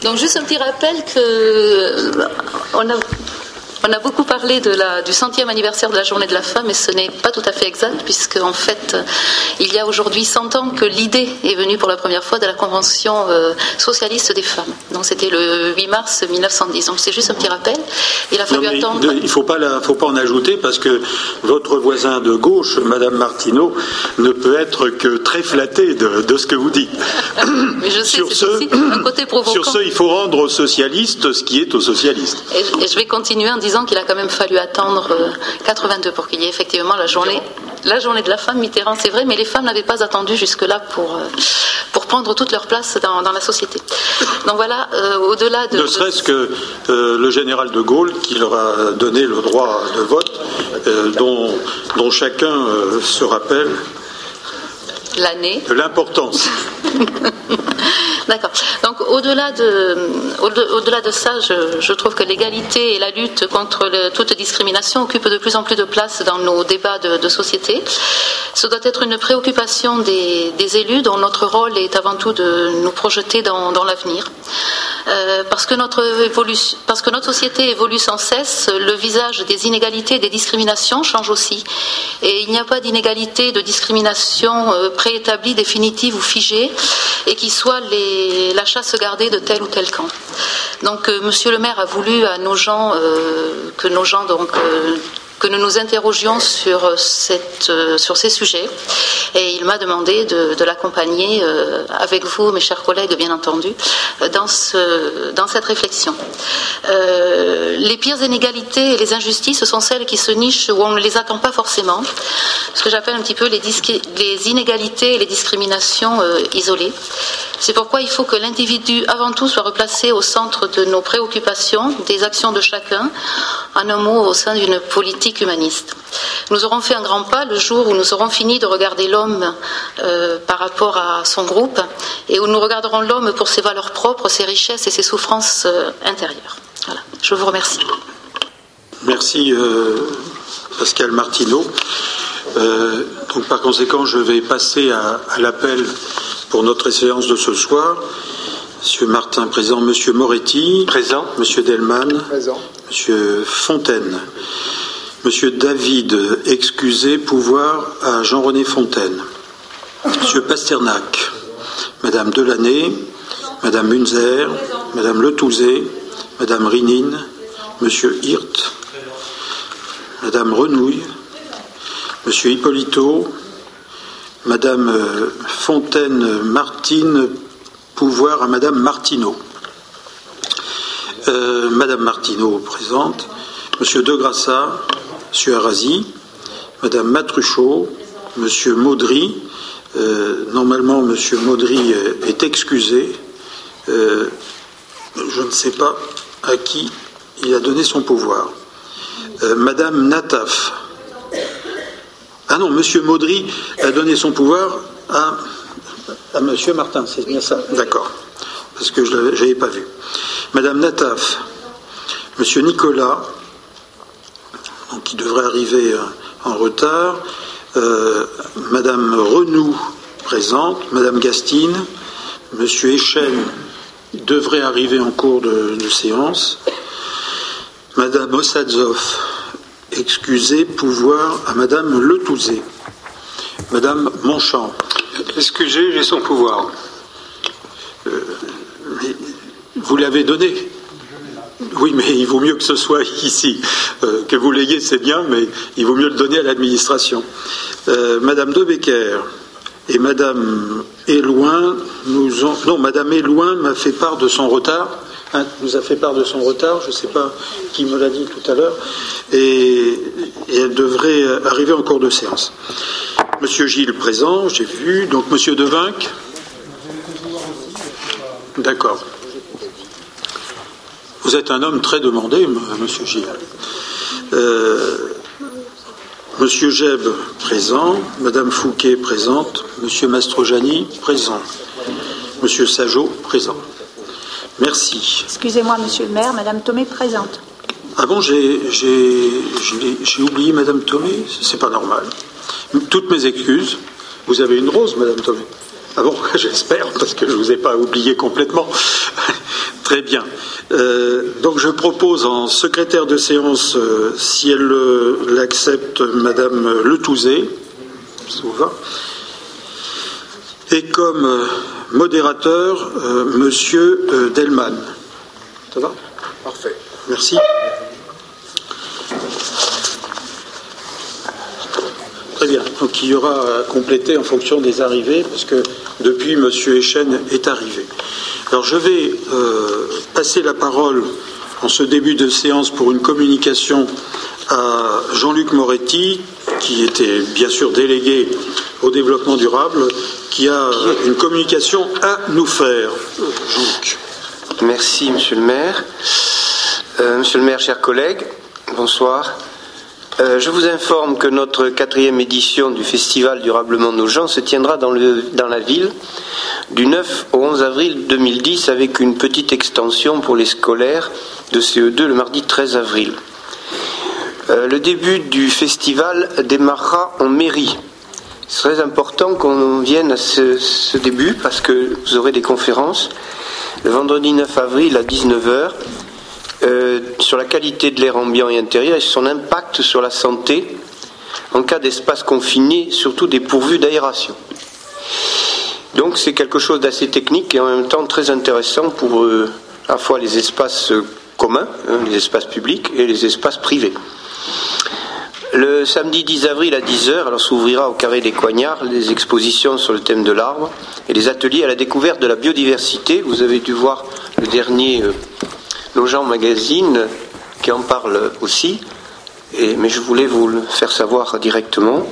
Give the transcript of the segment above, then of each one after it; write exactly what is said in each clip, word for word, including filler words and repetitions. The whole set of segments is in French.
Donc juste un petit rappel que on a, on a beaucoup parlé de la, du centième anniversaire de la Journée de la Femme, et ce n'est pas tout à fait exact, puisque en fait, il y a aujourd'hui cent ans que l'idée est venue pour la première fois de la Convention euh, socialiste des femmes. Donc c'était le huit mars mille neuf cent dix. Donc c'est juste un petit rappel. Il a fallu non, attendre. Il ne faut pas, la, faut pas en ajouter, parce que votre voisin de gauche, Madame Martineau, ne peut être que très flatté de, de ce que vous dites. Mais je sais, sur c'est ce, aussi un côté provoquant. Sur ce, il faut rendre aux socialistes ce qui est aux socialistes. Et, et je vais continuer en disant qu'il a quand même fallu attendre euh, quatre-vingt-deux pour qu'il y ait effectivement la journée, la journée de la femme. Mitterrand, c'est vrai, mais les femmes n'avaient pas attendu jusque-là pour, euh, pour prendre toute leur place dans, dans la société. Donc voilà, euh, au-delà de... Ne serait-ce que euh, le général de Gaulle, qui leur a donné le droit de vote, euh, dont, dont chacun euh, se rappelle l'année de l'importance. D'accord. Donc au-delà de, au-delà de ça, je, je trouve que l'égalité et la lutte contre le, toute discrimination occupent de plus en plus de place dans nos débats de, de société. Ce doit être une préoccupation des, des élus, dont notre rôle est avant tout de nous projeter dans, dans l'avenir. Euh, parce que notre évolution, parce que notre société évolue sans cesse, le visage des inégalités et des discriminations change aussi. Et il n'y a pas d'inégalité, de discrimination euh, préétablie, définitive ou figée, et qui soit les, la chasse gardée de tel ou tel camp. Donc, euh, Monsieur le maire a voulu à nos gens euh, que nos gens donc euh, que nous nous interrogions sur, cette, euh, sur ces sujets, et il m'a demandé de, de l'accompagner euh, avec vous, mes chers collègues, bien entendu, dans, ce, dans cette réflexion. Euh, les pires inégalités et les injustices sont celles qui se nichent où on ne les attend pas forcément, ce que j'appelle un petit peu les, disqui- les inégalités et les discriminations euh, isolées. C'est pourquoi il faut que l'individu, avant tout, soit replacé au centre de nos préoccupations, des actions de chacun, en un mot, au sein d'une politique humaniste. Nous aurons fait un grand pas le jour où nous aurons fini de regarder l'homme euh, par rapport à son groupe, et où nous regarderons l'homme pour ses valeurs propres, ses richesses et ses souffrances euh, intérieures. Voilà. Je vous remercie. Merci euh, Pascal Martineau. Euh, donc par conséquent, je vais passer à, à l'appel pour notre séance de ce soir. Monsieur Martin, présent. Monsieur Moretti. Présent. Monsieur Delman. Présent. Monsieur Fontaine. Monsieur David, excusez, pouvoir à Jean-René Fontaine. Monsieur Pasternak. Madame Delaney. Madame Munzer. Madame Letouzé. Madame Rinine. Monsieur Hirt. Madame Renouille. Monsieur Hippolito. Madame Fontaine-Martine, pouvoir à Madame Martineau. Euh, Madame Martineau présente. Monsieur Degrassa, Monsieur Arasi, Madame Matruchot, Monsieur Maudry. Euh, normalement, Monsieur Maudry est excusé. Euh, je ne sais pas à qui il a donné son pouvoir. Euh, Madame Nataf. Ah non, Monsieur Maudry a donné son pouvoir à, à Monsieur Martin, c'est bien ça. D'accord, parce que je ne l'avais pas vu. Madame Nataf, Monsieur Nicolas, donc qui devrait arriver en retard, euh, Madame Renou, présente, Madame Gastine, Monsieur Echenne devrait arriver en cours de, de séance, Madame Ossadzov, excusez, pouvoir à Madame Letouzé. Madame Monchamp. Excusez, j'ai son pouvoir. Euh, mais vous l'avez donné. Oui, mais il vaut mieux que ce soit ici. Euh, que vous l'ayez, c'est bien, mais il vaut mieux le donner à l'administration. Euh, Madame De Becker et Madame Éloin nous ont... Non, Madame Éloin m'a fait part de son retard. Hein, nous a fait part de son retard, je ne sais pas qui me l'a dit tout à l'heure, et, et elle devrait arriver en cours de séance. Monsieur Gilles présent, j'ai vu, donc Monsieur Devinck. D'accord. Vous êtes un homme très demandé, Monsieur Gilles. Euh, Monsieur Jeb présent, Madame Fouquet présente, Monsieur Mastrogiani présent, Monsieur Sajot présent. Merci. Excusez-moi, Monsieur le maire, Madame Thomé présente. Ah bon, j'ai, j'ai, j'ai, j'ai oublié Madame Thomé, c'est pas normal. Toutes mes excuses. Vous avez une rose, Madame Thomé. Ah bon, j'espère, parce que je ne vous ai pas oublié complètement. Très bien. Euh, donc je propose en secrétaire de séance, euh, si elle euh, l'accepte, Madame Letouzé, ça vous va, et comme euh, modérateur, euh, Monsieur euh, Delman. Ça va? Parfait. Merci. Très bien. Donc il y aura à compléter en fonction des arrivées, parce que depuis, M. Echen est arrivé. Alors je vais euh, passer la parole en ce début de séance pour une communication à Jean-Luc Moretti, qui était bien sûr délégué au développement durable, qui a une communication à nous faire. Jean-Luc. Merci, Monsieur le maire. Euh, Monsieur le maire, chers collègues, bonsoir. Euh, je vous informe que notre quatrième édition du Festival Durablement Nogent se tiendra dans, le, dans la ville du neuf au onze avril deux mille dix avec une petite extension pour les scolaires de C E deux le mardi treize avril. Euh, le début du festival démarrera en mairie. C'est très important qu'on vienne à ce, ce début parce que vous aurez des conférences le vendredi neuf avril à dix-neuf heures. Euh, sur la qualité de l'air ambiant et intérieur et son impact sur la santé en cas d'espace confiné, surtout dépourvu d'aération. Donc c'est quelque chose d'assez technique et en même temps très intéressant pour euh, à la fois les espaces euh, communs, hein, les espaces publics et les espaces privés. Le samedi dix avril à dix heures, alors s'ouvrira au Carré des Coignards les expositions sur le thème de l'arbre et les ateliers à la découverte de la biodiversité. Vous avez dû voir le dernier euh, Nogent Magazine qui en parle aussi, et, mais je voulais vous le faire savoir directement.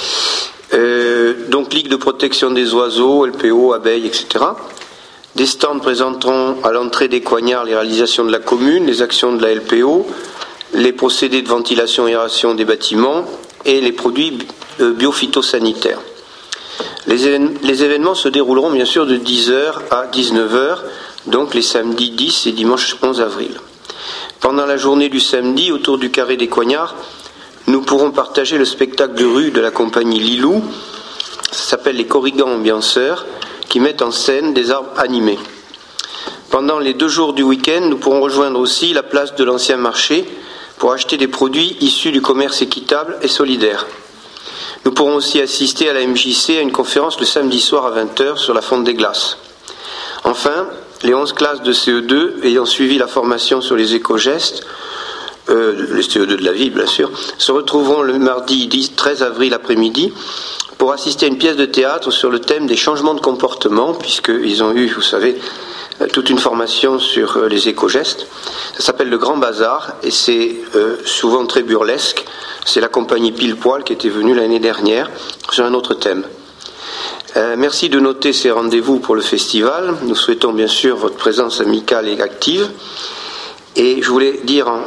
Euh, donc Ligue de protection des oiseaux, L P O, abeilles, et cetera. Des stands présenteront à l'entrée des Coignards les réalisations de la commune, les actions de la L P O, les procédés de ventilation et aération des bâtiments et les produits biophytosanitaires. Les, évén- les événements se dérouleront bien sûr de dix heures à dix-neuf heures, donc les samedis dix et dimanche onze avril. Pendant la journée du samedi, autour du Carré des Coignards, nous pourrons partager le spectacle de rue de la compagnie Lilou. Ça s'appelle les Corrigans Ambianceurs, qui mettent en scène des arbres animés. Pendant les deux jours du week-end, nous pourrons rejoindre aussi la place de l'ancien marché pour acheter des produits issus du commerce équitable et solidaire. Nous pourrons aussi assister à la M J C à une conférence le samedi soir à vingt heures sur la fonte des glaces. Enfin, les onze classes de C E deux ayant suivi la formation sur les éco-gestes, euh, les C E deux de la ville bien sûr, se retrouveront le mardi treize avril après-midi pour assister à une pièce de théâtre sur le thème des changements de comportement, puisqu'ils ont eu, vous savez, toute une formation sur euh, les éco-gestes. Ça s'appelle le Grand Bazar et c'est euh, souvent très burlesque. C'est la compagnie Pile Poil qui était venue l'année dernière sur un autre thème. Euh, merci de noter ces rendez-vous pour le festival. Nous souhaitons bien sûr votre présence amicale et active. Et je voulais dire en,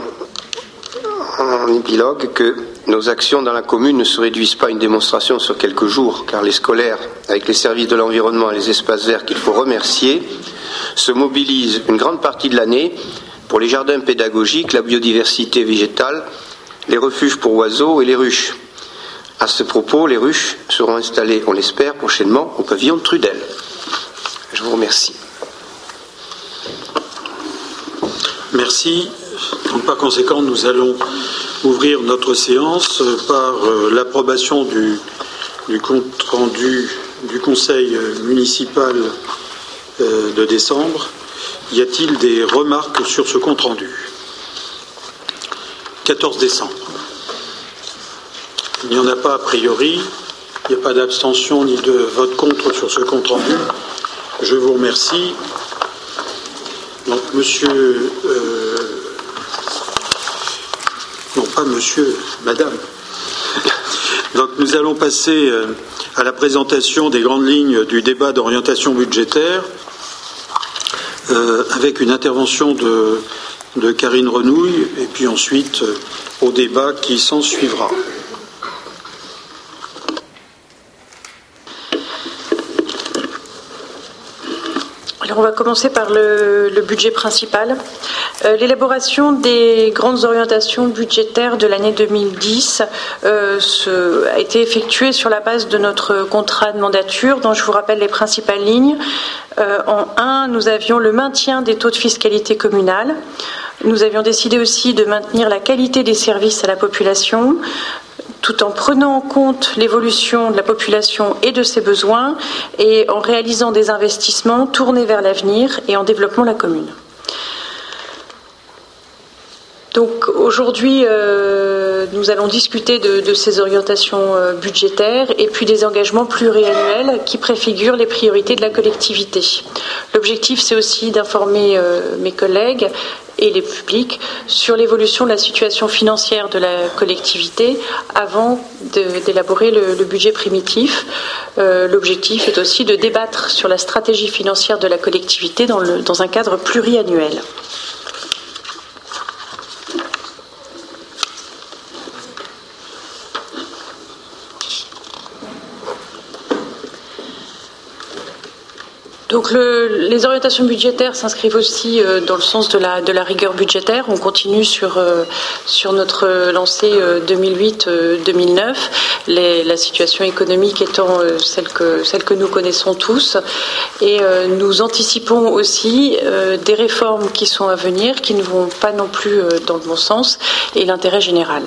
en épilogue que nos actions dans la commune ne se réduisent pas à une démonstration sur quelques jours, car les scolaires, avec les services de l'environnement et les espaces verts qu'il faut remercier, se mobilisent une grande partie de l'année pour les jardins pédagogiques, la biodiversité végétale, les refuges pour oiseaux et les ruches. À ce propos, les ruches seront installées, on l'espère, prochainement au pavillon de Trudel. Je vous remercie. Merci. Donc, par conséquent, nous allons ouvrir notre séance par euh, l'approbation du, du compte rendu du conseil municipal euh, de décembre. Y a-t-il des remarques sur ce compte rendu? quatorze décembre. Il n'y en a pas a priori. Il n'y a pas d'abstention ni de vote contre sur ce compte rendu. Je vous remercie. Donc, monsieur... Euh, non, pas monsieur, madame. Donc, nous allons passer euh, à la présentation des grandes lignes du débat d'orientation budgétaire euh, avec une intervention de, de Karine Renouille et puis ensuite euh, au débat qui s'en suivra. Alors, on va commencer par le, le budget principal. Euh, l'élaboration des grandes orientations budgétaires de l'année deux mille dix euh, se, a été effectuée sur la base de notre contrat de mandature, dont je vous rappelle les principales lignes. Euh, en un, nous avions le maintien des taux de fiscalité communale. Nous avions décidé aussi de maintenir la qualité des services à la population, tout en prenant en compte l'évolution de la population et de ses besoins et en réalisant des investissements tournés vers l'avenir et en développant la commune. Donc aujourd'hui, euh, nous allons discuter de, de ces orientations euh, budgétaires et puis des engagements pluriannuels qui préfigurent les priorités de la collectivité. L'objectif, c'est aussi d'informer euh, mes collègues et les publics sur l'évolution de la situation financière de la collectivité avant de, d'élaborer le, le budget primitif. Euh, l'objectif est aussi de débattre sur la stratégie financière de la collectivité dans, le, dans un cadre pluriannuel. Donc le, les orientations budgétaires s'inscrivent aussi euh, dans le sens de la, de la rigueur budgétaire. On continue sur, euh, sur notre lancée euh, deux mille huit deux mille neuf, les, la situation économique étant euh, celle, que, celle que nous connaissons tous. Et euh, nous anticipons aussi euh, des réformes qui sont à venir, qui ne vont pas non plus euh, dans le bon sens, et l'intérêt général.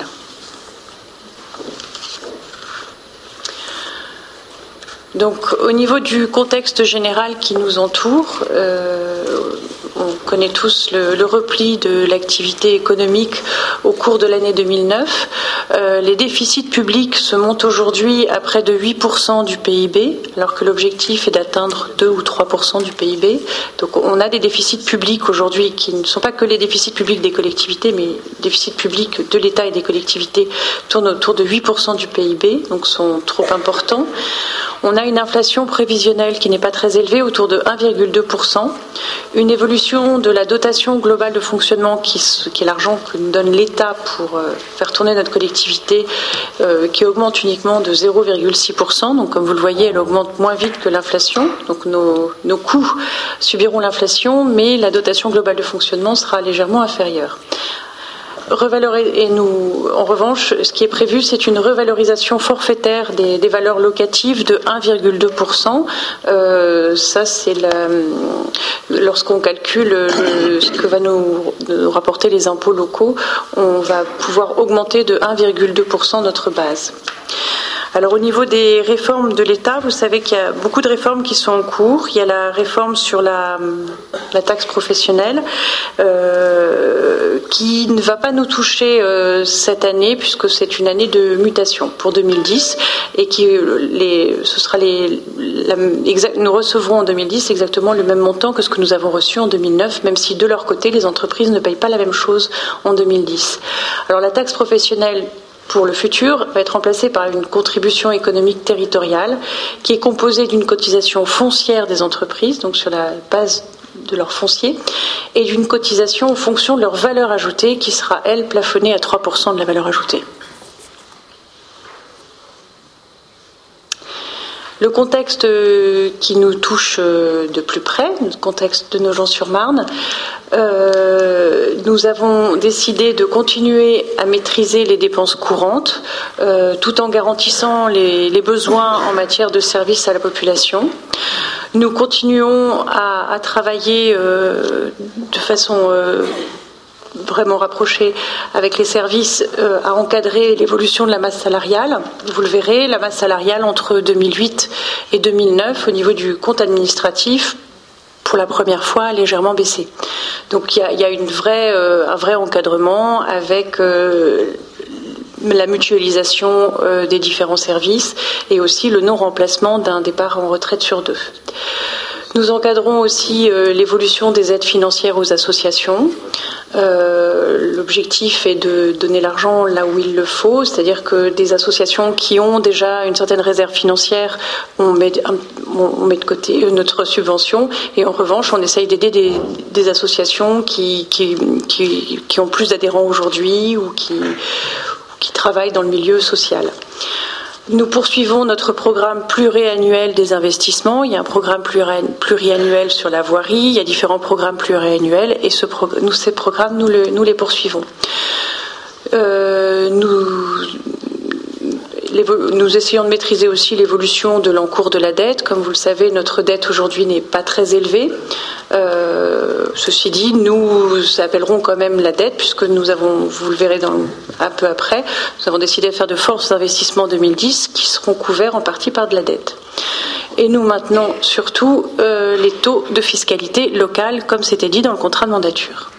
Donc, au niveau du contexte général qui nous entoure, euh, on connaît tous le, le repli de l'activité économique au cours de l'année deux mille neuf. Euh, les déficits publics se montent aujourd'hui à près de huit pour cent du P I B, alors que l'objectif est d'atteindre deux ou trois pour cent du P I B. Donc, on a des déficits publics aujourd'hui qui ne sont pas que les déficits publics des collectivités, mais les déficits publics de l'État et des collectivités tournent autour de huit pour cent du P I B, donc sont trop importants. On a une inflation prévisionnelle qui n'est pas très élevée, autour de un virgule deux pour cent. Une évolution de la dotation globale de fonctionnement, qui, qui est l'argent que nous donne l'État pour euh, faire tourner notre collectivité, euh, qui augmente uniquement de zéro virgule six pour cent. Donc, comme vous le voyez, elle augmente moins vite que l'inflation. Donc, nos, nos coûts subiront l'inflation, mais la dotation globale de fonctionnement sera légèrement inférieure. Revaloriser, et nous, en revanche, ce qui est prévu, c'est une revalorisation forfaitaire des, des valeurs locatives de un virgule deux pour cent. Euh, ça, c'est la, lorsqu'on calcule le, ce que va nous, nous rapporter les impôts locaux, on va pouvoir augmenter de un virgule deux pour cent notre base. Alors au niveau des réformes de l'État, vous savez qu'il y a beaucoup de réformes qui sont en cours. Il y a la réforme sur la, la taxe professionnelle euh, qui ne va pas nous toucher euh, cette année puisque c'est une année de mutation pour deux mille dix et qui les, ce sera les, la, exact, nous recevrons en deux mille dix exactement le même montant que ce que nous avons reçu en deux mille neuf, même si de leur côté les entreprises ne payent pas la même chose en deux mille dix. Alors la taxe professionnelle pour le futur va être remplacée par une contribution économique territoriale qui est composée d'une cotisation foncière des entreprises, donc sur la base de leur foncier, et d'une cotisation en fonction de leur valeur ajoutée qui sera, elle, plafonnée à trois pour cent de la valeur ajoutée. Le contexte qui nous touche de plus près, le contexte de Nogent-sur-Marne, euh, nous avons décidé de continuer à maîtriser les dépenses courantes euh, tout en garantissant les, les besoins en matière de services à la population. Nous continuons à, à travailler euh, de façon euh, vraiment rapprochée avec les services euh, à encadrer l'évolution de la masse salariale. Vous le verrez, la masse salariale entre deux mille huit et deux mille neuf au niveau du compte administratif, pour la première fois, a légèrement baissé. Donc il y a, il y a une vraie, euh, un vrai encadrement avec euh, la mutualisation euh, des différents services et aussi le non-remplacement d'un départ en retraite sur deux. Nous encadrons aussi euh, l'évolution des aides financières aux associations. Euh, l'objectif est de donner l'argent là où il le faut, c'est-à-dire que des associations qui ont déjà une certaine réserve financière, on met, on met de côté notre subvention et en revanche, on essaye d'aider des, des associations qui, qui, qui, qui ont plus d'adhérents aujourd'hui ou qui, qui travaillent dans le milieu social. Nous poursuivons notre programme pluriannuel des investissements. Il y a un programme pluriannuel sur la voirie, il y a différents programmes pluriannuels et ce pro- nous, ces programmes, nous, le, nous les poursuivons. Euh, nous, nous essayons de maîtriser aussi l'évolution de l'encours de la dette. Comme vous le savez, notre dette aujourd'hui n'est pas très élevée. Euh, ceci dit, nous appellerons quand même la dette, puisque nous avons, vous le verrez dans, un peu après, nous avons décidé de faire de forts investissements en deux mille dix qui seront couverts en partie par de la dette. Et nous maintenons surtout euh, les taux de fiscalité locale, comme c'était dit dans le contrat de mandature.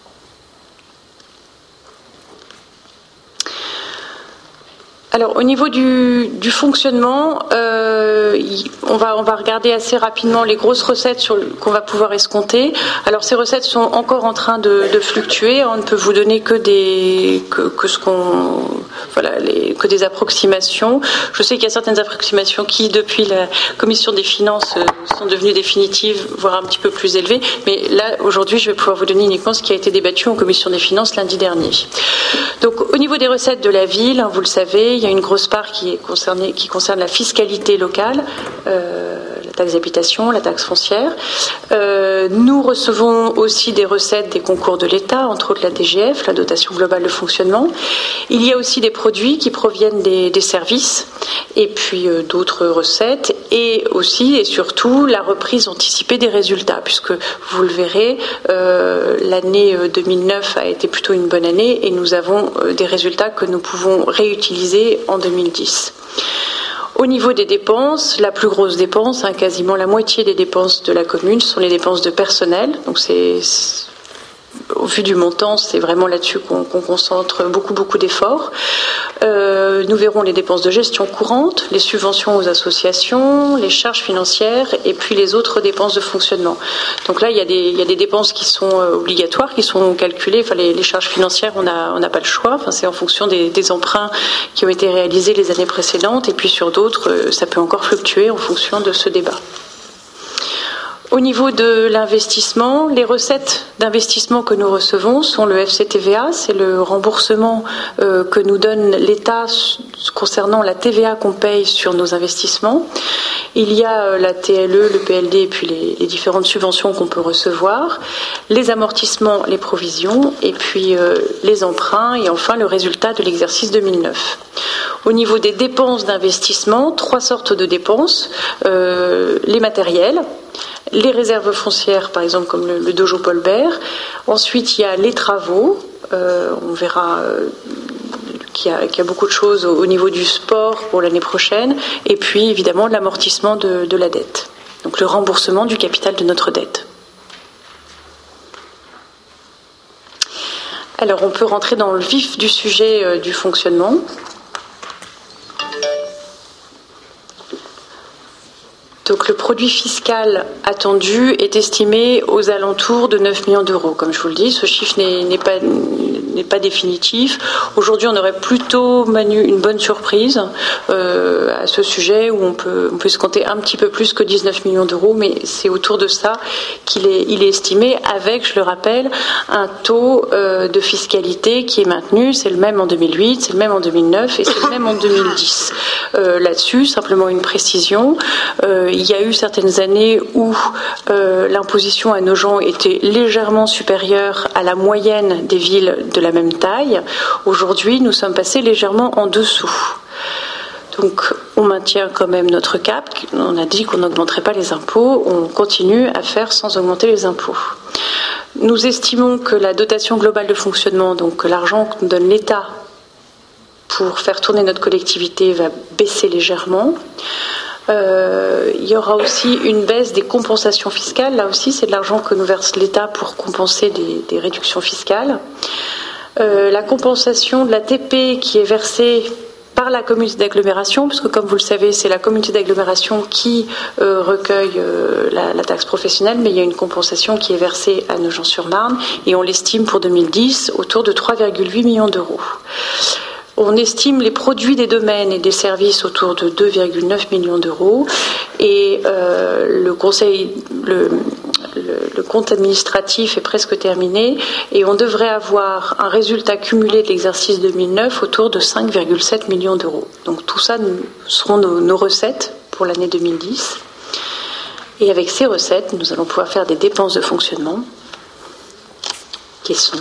Alors, au niveau du, du fonctionnement, euh, on, va, on va regarder assez rapidement les grosses recettes sur, qu'on va pouvoir escompter. Alors, ces recettes sont encore en train de, de fluctuer. On ne peut vous donner que des, que, que ce qu'on, voilà, les, que des approximations. Je sais qu'il y a certaines approximations qui, depuis la Commission des finances, sont devenues définitives, voire un petit peu plus élevées. Mais là, aujourd'hui, je vais pouvoir vous donner uniquement ce qui a été débattu en Commission des finances lundi dernier. Donc, au niveau des recettes de la ville, vous le savez, il y a une grosse part qui est concernée, qui concerne la fiscalité locale, euh, la taxe d'habitation, la taxe foncière. Euh, nous recevons aussi des recettes des concours de l'État, entre autres la D G F, la dotation globale de fonctionnement. Il y a aussi des produits qui proviennent des, des services et puis euh, d'autres recettes et aussi et surtout la reprise anticipée des résultats, puisque vous le verrez, euh, l'année deux mille neuf a été plutôt une bonne année et nous avons euh, des résultats que nous pouvons réutiliser en deux mille dix. Au niveau des dépenses, la plus grosse dépense, hein, quasiment la moitié des dépenses de la commune, sont les dépenses de personnel. Donc c'est, c'est au vu du montant, c'est vraiment là-dessus qu'on, qu'on concentre beaucoup, beaucoup d'efforts. Euh, nous verrons les dépenses de gestion courante, les subventions aux associations, les charges financières et puis les autres dépenses de fonctionnement. Donc là, il y a des, il y a des dépenses qui sont euh, obligatoires, qui sont calculées. Enfin, les, les charges financières, on n'a on n'a pas le choix. Enfin, c'est en fonction des, des emprunts qui ont été réalisés les années précédentes. Et puis sur d'autres, euh, ça peut encore fluctuer en fonction de ce débat. Au niveau de l'investissement, les recettes d'investissement que nous recevons sont le F C T V A, c'est le remboursement euh, que nous donne l'État concernant la T V A qu'on paye sur nos investissements. Il y a euh, la T L E, le P L D et puis les, les différentes subventions qu'on peut recevoir, les amortissements, les provisions et puis euh, les emprunts et enfin le résultat de l'exercice deux mille neuf. Au niveau des dépenses d'investissement, trois sortes de dépenses, euh, les matériels, les réserves foncières, par exemple, comme le, le dojo Paul Bert. Ensuite, il y a les travaux. Euh, on verra euh, qu'il, y a, qu'il y a beaucoup de choses au, au niveau du sport pour l'année prochaine. Et puis, évidemment, l'amortissement de, de la dette. Donc, le remboursement du capital de notre dette. Alors, on peut rentrer dans le vif du sujet euh, du fonctionnement. Donc le produit fiscal attendu est estimé aux alentours de neuf millions d'euros. Comme je vous le dis, ce chiffre n'est, n'est, pas, n'est pas définitif. Aujourd'hui, on aurait plutôt Manu, une bonne surprise euh, à ce sujet où on peut, on peut se compter un petit peu plus que dix-neuf millions d'euros, mais c'est autour de ça qu'il est, il est estimé avec, je le rappelle, un taux euh, de fiscalité qui est maintenu. C'est le même en deux mille huit, c'est le même en deux mille neuf et c'est le même en deux mille dix. Euh, là-dessus, simplement une précision. Euh, Il y a eu certaines années où euh, l'imposition à nos gens était légèrement supérieure à la moyenne des villes de la même taille. Aujourd'hui, nous sommes passés légèrement en dessous. Donc, on maintient quand même notre cap. On a dit qu'on n'augmenterait pas les impôts. On continue à faire sans augmenter les impôts. Nous estimons que la dotation globale de fonctionnement, donc l'argent que nous donne l'État pour faire tourner notre collectivité, va baisser légèrement. Euh, il y aura aussi une baisse des compensations fiscales. Là aussi, c'est de l'argent que nous verse l'État pour compenser des, des réductions fiscales. Euh, la compensation de la T P qui est versée par la communauté d'agglomération, puisque comme vous le savez, c'est la communauté d'agglomération qui euh, recueille euh, la, la taxe professionnelle, mais il y a une compensation qui est versée à Nogent-sur-Marne et on l'estime pour deux mille dix autour de trois virgule huit millions d'euros. On estime les produits des domaines et des services autour de deux virgule neuf millions d'euros et euh, le conseil, le, le, le compte administratif est presque terminé et on devrait avoir un résultat cumulé de l'exercice deux mille neuf autour de cinq virgule sept millions d'euros. Donc tout ça seront nos, nos recettes pour l'année deux mille dix. Et avec ces recettes, nous allons pouvoir faire des dépenses de fonctionnement qui sont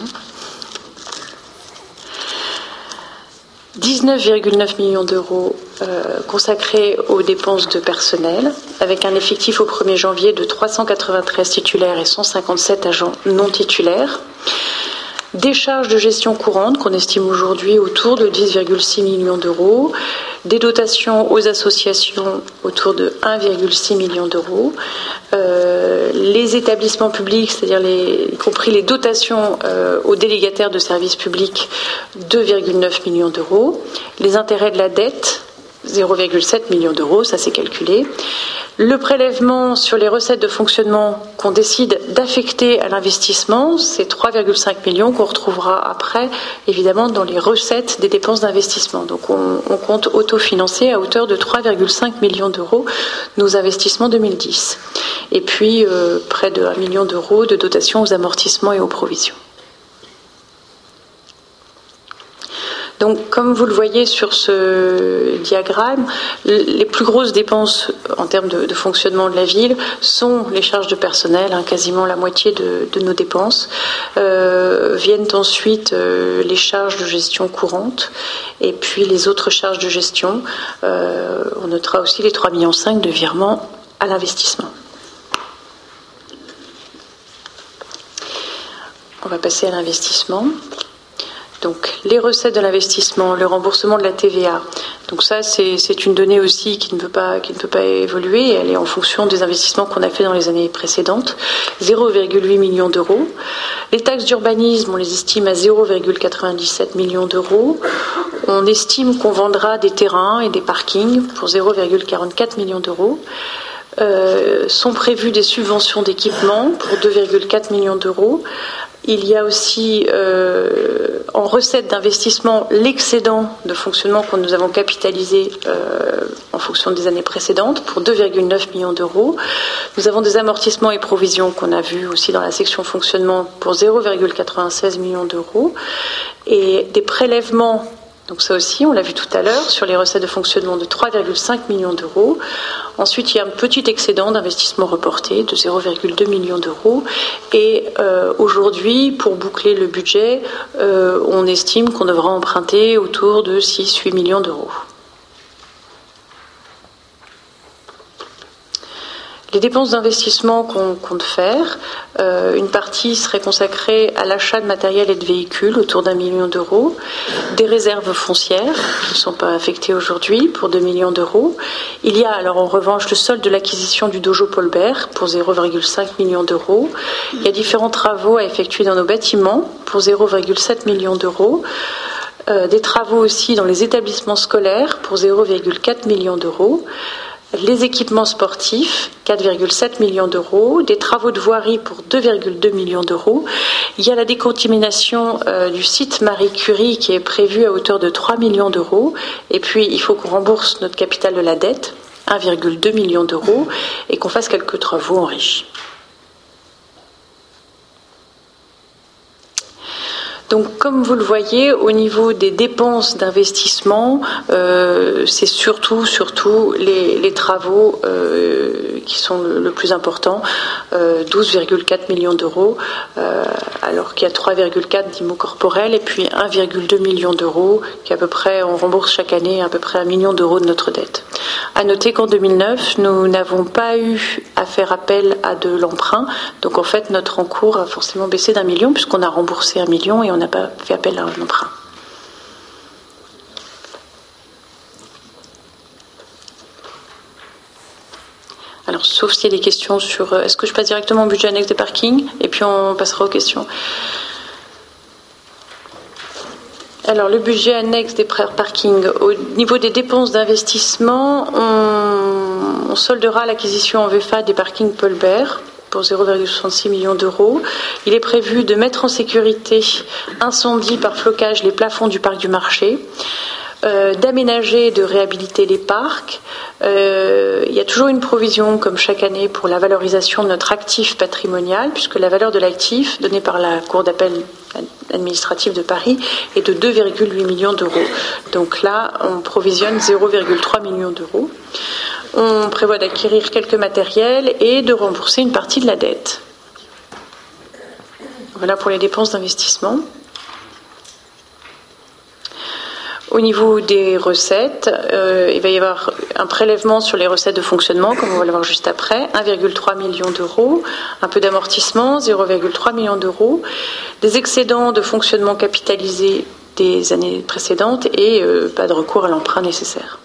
dix-neuf virgule neuf millions d'euros euh, consacrés aux dépenses de personnel, avec un effectif au premier janvier de trois cent quatre-vingt-treize titulaires et cent cinquante-sept agents non titulaires. Des charges de gestion courante qu'on estime aujourd'hui autour de dix virgule six millions d'euros, des dotations aux associations autour de un virgule six million d'euros, euh, les établissements publics, c'est-à-dire les, y compris les dotations euh, aux délégataires de services publics, deux virgule neuf millions d'euros, les intérêts de la dette, zéro virgule sept millions d'euros, ça c'est calculé. Le prélèvement sur les recettes de fonctionnement qu'on décide d'affecter à l'investissement, c'est trois virgule cinq millions qu'on retrouvera après, évidemment, dans les recettes des dépenses d'investissement. Donc on, on compte autofinancer à hauteur de trois virgule cinq millions d'euros nos investissements deux mille dix. Et puis euh, près de un million d'euros de dotation aux amortissements et aux provisions. Donc, comme vous le voyez sur ce diagramme, les plus grosses dépenses en termes de, de fonctionnement de la ville sont les charges de personnel, hein, quasiment la moitié de, de nos dépenses. Euh, viennent ensuite euh, les charges de gestion courante et puis les autres charges de gestion. Euh, on notera aussi les trois virgule cinq millions de virements à l'investissement. On va passer à l'investissement. Donc, les recettes de l'investissement, le remboursement de la T V A. Donc ça, c'est, c'est une donnée aussi qui ne peut pas, qui ne peut pas évoluer. Elle est en fonction des investissements qu'on a fait dans les années précédentes. zéro virgule huit millions d'euros. Les taxes d'urbanisme, on les estime à zéro virgule quatre-vingt-dix-sept millions d'euros. On estime qu'on vendra des terrains et des parkings pour zéro virgule quarante-quatre millions d'euros. Euh, sont prévues des subventions d'équipement pour deux virgule quatre millions d'euros. Il y a aussi euh, en recettes d'investissement l'excédent de fonctionnement que nous avons capitalisé euh, en fonction des années précédentes pour deux virgule neuf millions d'euros. Nous avons des amortissements et provisions qu'on a vus aussi dans la section fonctionnement pour zéro virgule quatre-vingt-seize millions d'euros et des prélèvements. Donc ça aussi, on l'a vu tout à l'heure, sur les recettes de fonctionnement de trois virgule cinq millions d'euros. Ensuite, il y a un petit excédent d'investissement reporté de zéro virgule deux millions d'euros. Et euh, aujourd'hui, pour boucler le budget, euh, on estime qu'on devra emprunter autour de six à huit millions d'euros. Les dépenses d'investissement qu'on compte faire, euh, une partie serait consacrée à l'achat de matériel et de véhicules autour d'un million d'euros, des réserves foncières qui ne sont pas affectées aujourd'hui pour deux millions d'euros. Il y a alors en revanche le solde de l'acquisition du dojo Paul Bert pour zéro virgule cinq millions d'euros. Il y a différents travaux à effectuer dans nos bâtiments pour zéro virgule sept millions d'euros. Euh, des travaux aussi dans les établissements scolaires pour zéro virgule quatre millions d'euros. Les équipements sportifs, quatre virgule sept millions d'euros, des travaux de voirie pour deux virgule deux millions d'euros. Il y a la décontamination euh, du site Marie Curie qui est prévue à hauteur de trois millions d'euros. Et puis, il faut qu'on rembourse notre capital de la dette, un virgule deux millions d'euros, et qu'on fasse quelques travaux en régie. Donc, comme vous le voyez, au niveau des dépenses d'investissement, euh, c'est surtout, surtout les, les travaux euh, qui sont le, le plus important, euh, douze virgule quatre millions d'euros, euh, alors qu'il y a trois virgule quatre d'I M O corporel et puis un virgule deux million d'euros, qui à peu près, on rembourse chaque année à peu près un million d'euros de notre dette. À noter qu'en deux mille neuf, nous n'avons pas eu à faire appel à de l'emprunt, donc en fait, notre encours a forcément baissé d'un million puisqu'on a remboursé un million et on n'a pas fait appel à un emprunt. Alors, sauf s'il y a des questions sur... Euh, est-ce que je passe directement au budget annexe des parkings et puis on passera aux questions. Alors, le budget annexe des parkings. Au niveau des dépenses d'investissement, on, on soldera l'acquisition en V F A des parkings Paul Bert pour zéro virgule soixante-six millions d'euros. Il est prévu de mettre en sécurité incendie par flocage les plafonds du parc du marché. euh, d'aménager et de réhabiliter les parcs. Euh, il y a toujours une provision, comme chaque année, pour la valorisation de notre actif patrimonial, puisque la valeur de l'actif donnée par la Cour d'appel administrative de Paris est de deux virgule huit millions d'euros. Donc là, on provisionne zéro virgule trois millions d'euros. On prévoit d'acquérir quelques matériels et de rembourser une partie de la dette. Voilà pour les dépenses d'investissement. Au niveau des recettes, euh, il va y avoir un prélèvement sur les recettes de fonctionnement, comme on va le voir juste après, un virgule trois million d'euros, un peu d'amortissement, zéro virgule trois million d'euros, des excédents de fonctionnement capitalisés des années précédentes et euh, pas de recours à l'emprunt nécessaire.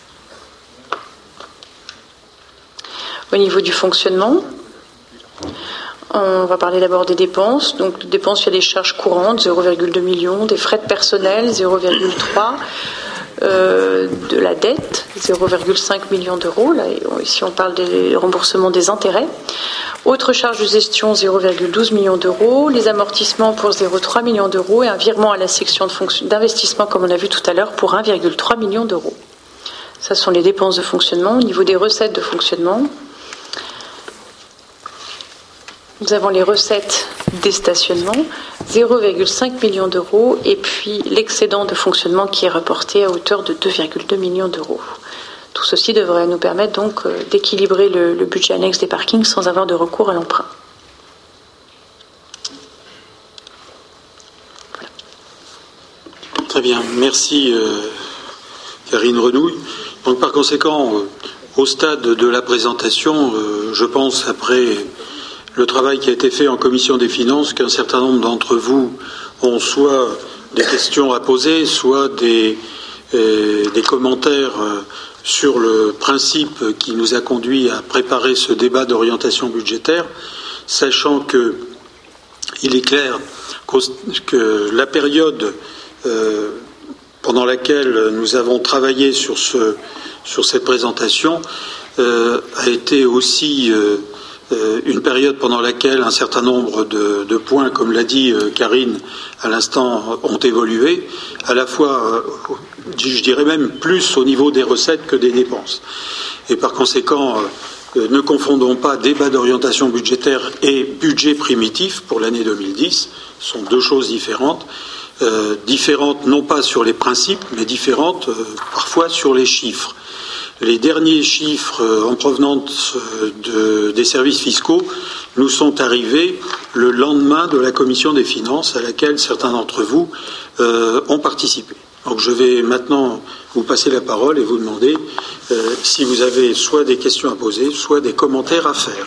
Au niveau du fonctionnement, on va parler d'abord des dépenses. Donc, les dépenses, il y a des charges courantes, zéro virgule deux million, des frais de personnel, zéro virgule trois, euh, de la dette, zéro virgule cinq million d'euros. Là, ici, on parle des remboursements des intérêts. Autres charges de gestion, zéro virgule douze million d'euros. Les amortissements pour zéro virgule trois million d'euros et un virement à la section de fonction, d'investissement, comme on a vu tout à l'heure, pour un virgule trois million d'euros. Ça sont les dépenses de fonctionnement. Au niveau des recettes de fonctionnement, nous avons les recettes des stationnements, zéro virgule cinq million d'euros, et puis l'excédent de fonctionnement qui est rapporté à hauteur de deux virgule deux millions d'euros. Tout ceci devrait nous permettre donc d'équilibrer le, le budget annexe des parkings sans avoir de recours à l'emprunt. Voilà. Très bien, merci euh, Karine Renouille. Donc par conséquent, euh, au stade de la présentation, euh, je pense après le travail qui a été fait en commission des finances, qu'un certain nombre d'entre vous ont soit des questions à poser, soit des, euh, des commentaires euh, sur le principe qui nous a conduit à préparer ce débat d'orientation budgétaire, sachant que il est clair que la période euh, pendant laquelle nous avons travaillé sur, ce, sur cette présentation euh, a été aussi euh, une période pendant laquelle un certain nombre de, de points, comme l'a dit Karine à l'instant, ont évolué, à la fois, je dirais même plus au niveau des recettes que des dépenses. Et par conséquent, ne confondons pas débat d'orientation budgétaire et budget primitif pour l'année deux mille dix, ce sont deux choses différentes, euh, différentes non pas sur les principes, mais différentes euh, parfois sur les chiffres. Les derniers chiffres en provenance de, des services fiscaux nous sont arrivés le lendemain de la commission des finances à laquelle certains d'entre vous euh, ont participé. Donc je vais maintenant vous passer la parole et vous demander euh, si vous avez soit des questions à poser, soit des commentaires à faire.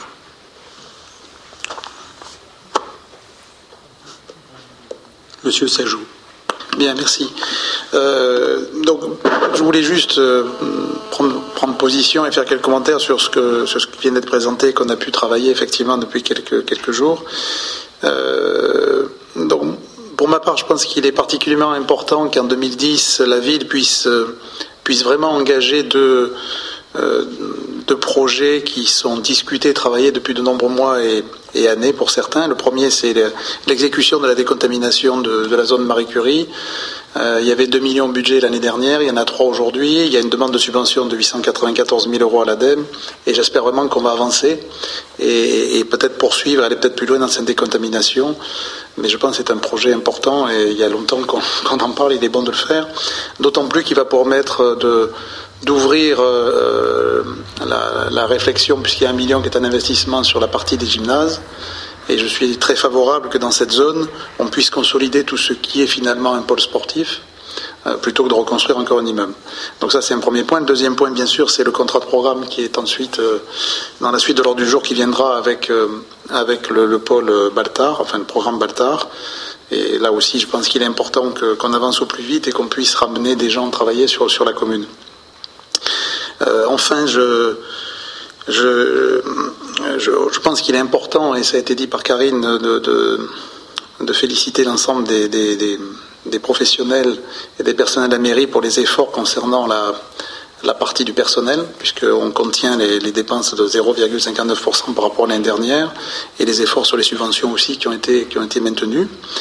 Monsieur Sajou. Bien, merci. Euh, donc, je voulais juste euh, prendre, prendre position et faire quelques commentaires sur ce, que, sur ce qui vient d'être présenté, qu'on a pu travailler effectivement depuis quelques, quelques jours. Euh, donc, pour ma part, je pense qu'il est particulièrement important qu'en deux mille dix, la ville puisse, euh, puisse vraiment engager de, euh, de projets qui sont discutés, travaillés depuis de nombreux mois et, et années pour certains. Le premier, c'est l'exécution de la décontamination de, de la zone Marie Curie. Euh, il y avait deux millions de budget l'année dernière, il y en a trois aujourd'hui. Il y a une demande de subvention de huit cent quatre-vingt-quatorze mille euros à l'ADEME et j'espère vraiment qu'on va avancer et, et peut-être poursuivre, aller peut-être plus loin dans cette décontamination. Mais je pense que c'est un projet important et il y a longtemps qu'on, qu'on en parle, il est bon de le faire. D'autant plus qu'il va permettre de, d'ouvrir euh, la, la réflexion, puisqu'il y a un million qui est un investissement sur la partie des gymnases. Et je suis très favorable que dans cette zone, on puisse consolider tout ce qui est finalement un pôle sportif, euh, plutôt que de reconstruire encore un immeuble. Donc ça, c'est un premier point. Le deuxième point, bien sûr, c'est le contrat de programme qui est ensuite, euh, dans la suite de l'ordre du jour, qui viendra avec, euh, avec le, le pôle Baltar, enfin le programme Baltar. Et là aussi, je pense qu'il est important que, qu'on avance au plus vite et qu'on puisse ramener des gens travailler sur, sur la commune. Euh, enfin, je... Je, je, je pense qu'il est important, et ça a été dit par Karine, de, de, de féliciter l'ensemble des, des, des, des professionnels et des personnels de la mairie pour les efforts concernant la, la partie du personnel, puisqu'on contient les, les dépenses de zéro virgule cinquante-neuf pour cent par rapport à l'année dernière, et les efforts sur les subventions aussi qui ont été, qui ont été maintenus.